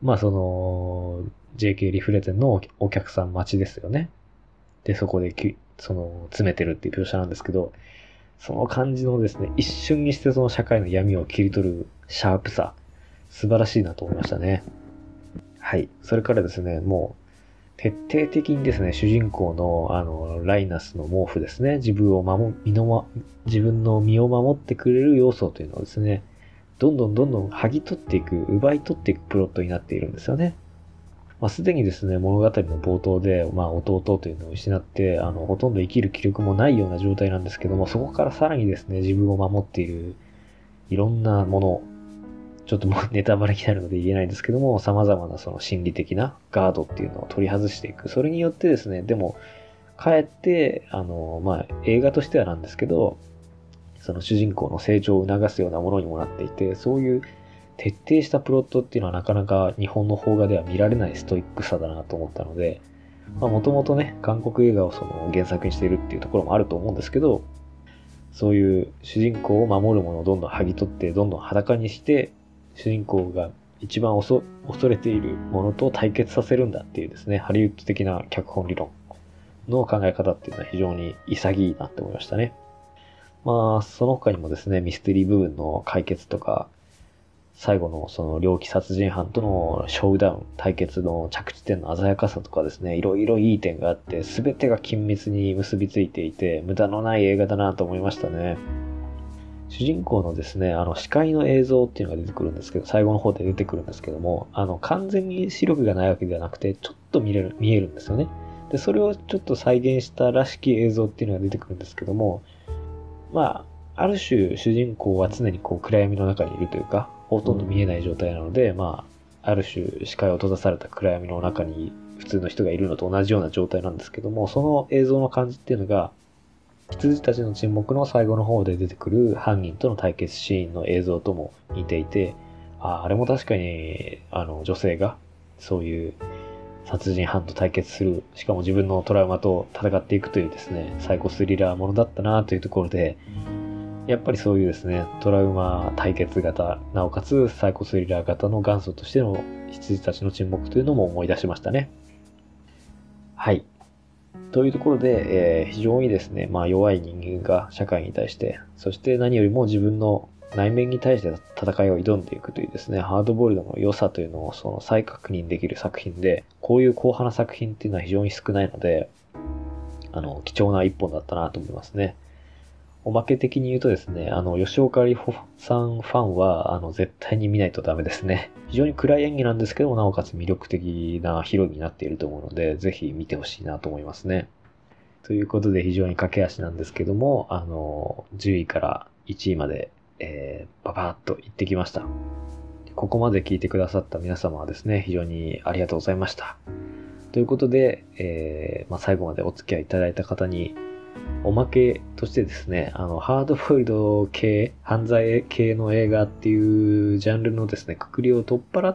その JK リフレ店のお客さん待ちですよね。で、そこで詰めてるっていう描写なんですけど、その感じのですね、一瞬にしてその社会の闇を切り取るシャープさ、素晴らしいなと思いましたね。はい。それからですね、もう、徹底的にですね、主人公のライナスの毛布ですね、自分の身を守ってくれる要素というのをですね、どんどん剥ぎ取っていく、奪い取っていくプロットになっているんですよね。すでにですね、物語の冒頭で、弟というのを失って、ほとんど生きる気力もないような状態なんですけども、そこからさらにですね、自分を守っている、いろんなもの、ちょっともうネタバレになるので言えないんですけども、様々なその心理的なガードっていうのを取り外していく。それによってですね、でも、かえって、映画としてはなんですけど、その主人公の成長を促すようなものにもなっていて、そういう徹底したプロットっていうのはなかなか日本の邦画では見られないストイックさだなと思ったので、もともとね、韓国映画をその原作にしているっていうところもあると思うんですけど、そういう主人公を守るものをどんどん剥ぎ取って、どんどん裸にして、主人公が一番恐れているものと対決させるんだっていうですね、ハリウッド的な脚本理論の考え方っていうのは非常に潔いなって思いましたね。その他にもですね、ミステリー部分の解決とか、最後のその猟奇殺人犯とのショーダウン、対決の着地点の鮮やかさとかですね、いろいろいい点があって、すべてが緊密に結びついていて、無駄のない映画だなと思いましたね。主人公のですね、視界の映像っていうのが出てくるんですけど、最後の方で出てくるんですけども、完全に視力がないわけではなくて、ちょっと見えるんですよね。で、それをちょっと再現したらしき映像っていうのが出てくるんですけども、ある種主人公は常に暗闇の中にいるというか、ほとんど見えない状態なので、ある種視界を閉ざされた暗闇の中に普通の人がいるのと同じような状態なんですけども、その映像の感じっていうのが、羊たちの沈黙の最後の方で出てくる犯人との対決シーンの映像とも似ていて、あれも確かに女性がそういう殺人犯と対決する、しかも自分のトラウマと戦っていくというですね、サイコスリラーものだったなというところで、やっぱりそういうですね、トラウマ対決型、なおかつサイコスリラー型の元祖としての羊たちの沈黙というのも思い出しましたね。はい。というところで、非常にですね、弱い人間が社会に対して、そして何よりも自分の内面に対して戦いを挑んでいくというですね、ハードボイルドの良さというのをその再確認できる作品で、こういう硬派な作品っていうのは非常に少ないので、貴重な一本だったなと思いますね。おまけ的に言うとですね、吉岡里帆さんファンは、絶対に見ないとダメですね。非常に暗い演技なんですけども、なおかつ魅力的なヒロインになっていると思うので、ぜひ見てほしいなと思いますね。ということで非常に駆け足なんですけども、10位から1位まで、ババーっと行ってきました。ここまで聞いてくださった皆様はですね、非常にありがとうございました。ということで、最後までお付き合いいただいた方に、おまけとしてですね、ハードボイルド系、犯罪系の映画っていうジャンルのですね、くくりを取っ払って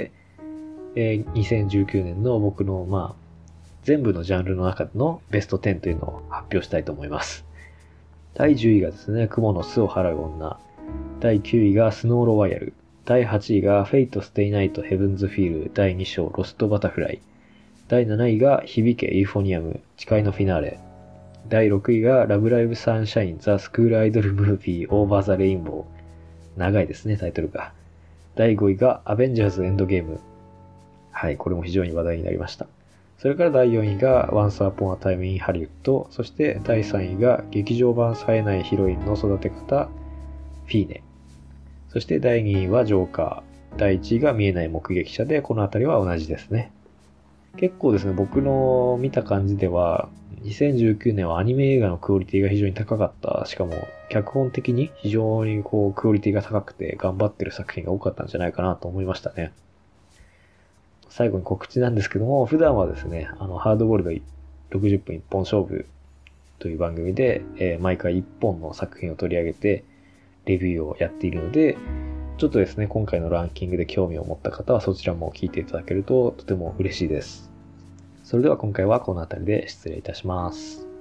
、2019年の僕の、全部のジャンルの中でのベスト10というのを発表したいと思います。第10位がですね、蜘蛛の巣を払う女。第9位がスノーロワイヤル。第8位がフェイト・ステイ・ナイト・ヘブンズ・フィール第2章ロスト・バタフライ。第7位が響け・ユーフォニアム誓いのフィナーレ。第6位がラブライブサンシャインザスクールアイドルムービーオーバーザレインボー。長いですね、タイトルが。第5位がアベンジャーズエンドゲーム。はい、これも非常に話題になりました。それから第4位が Once Upon a Time in Hollywood。そして第3位が劇場版冴えないヒロインの育て方、フィーネ。そして第2位はジョーカー。第1位が見えない目撃者で、このあたりは同じですね。結構ですね、僕の見た感じでは、2019年はアニメ映画のクオリティが非常に高かった。しかも、脚本的に非常にクオリティが高くて頑張ってる作品が多かったんじゃないかなと思いましたね。最後に告知なんですけども、普段はですね、ハードボールド60分一本勝負という番組で、毎回一本の作品を取り上げて、レビューをやっているので、ちょっとですね、今回のランキングで興味を持った方はそちらも聞いていただけるととても嬉しいです。それでは今回はこの辺りで失礼いたします。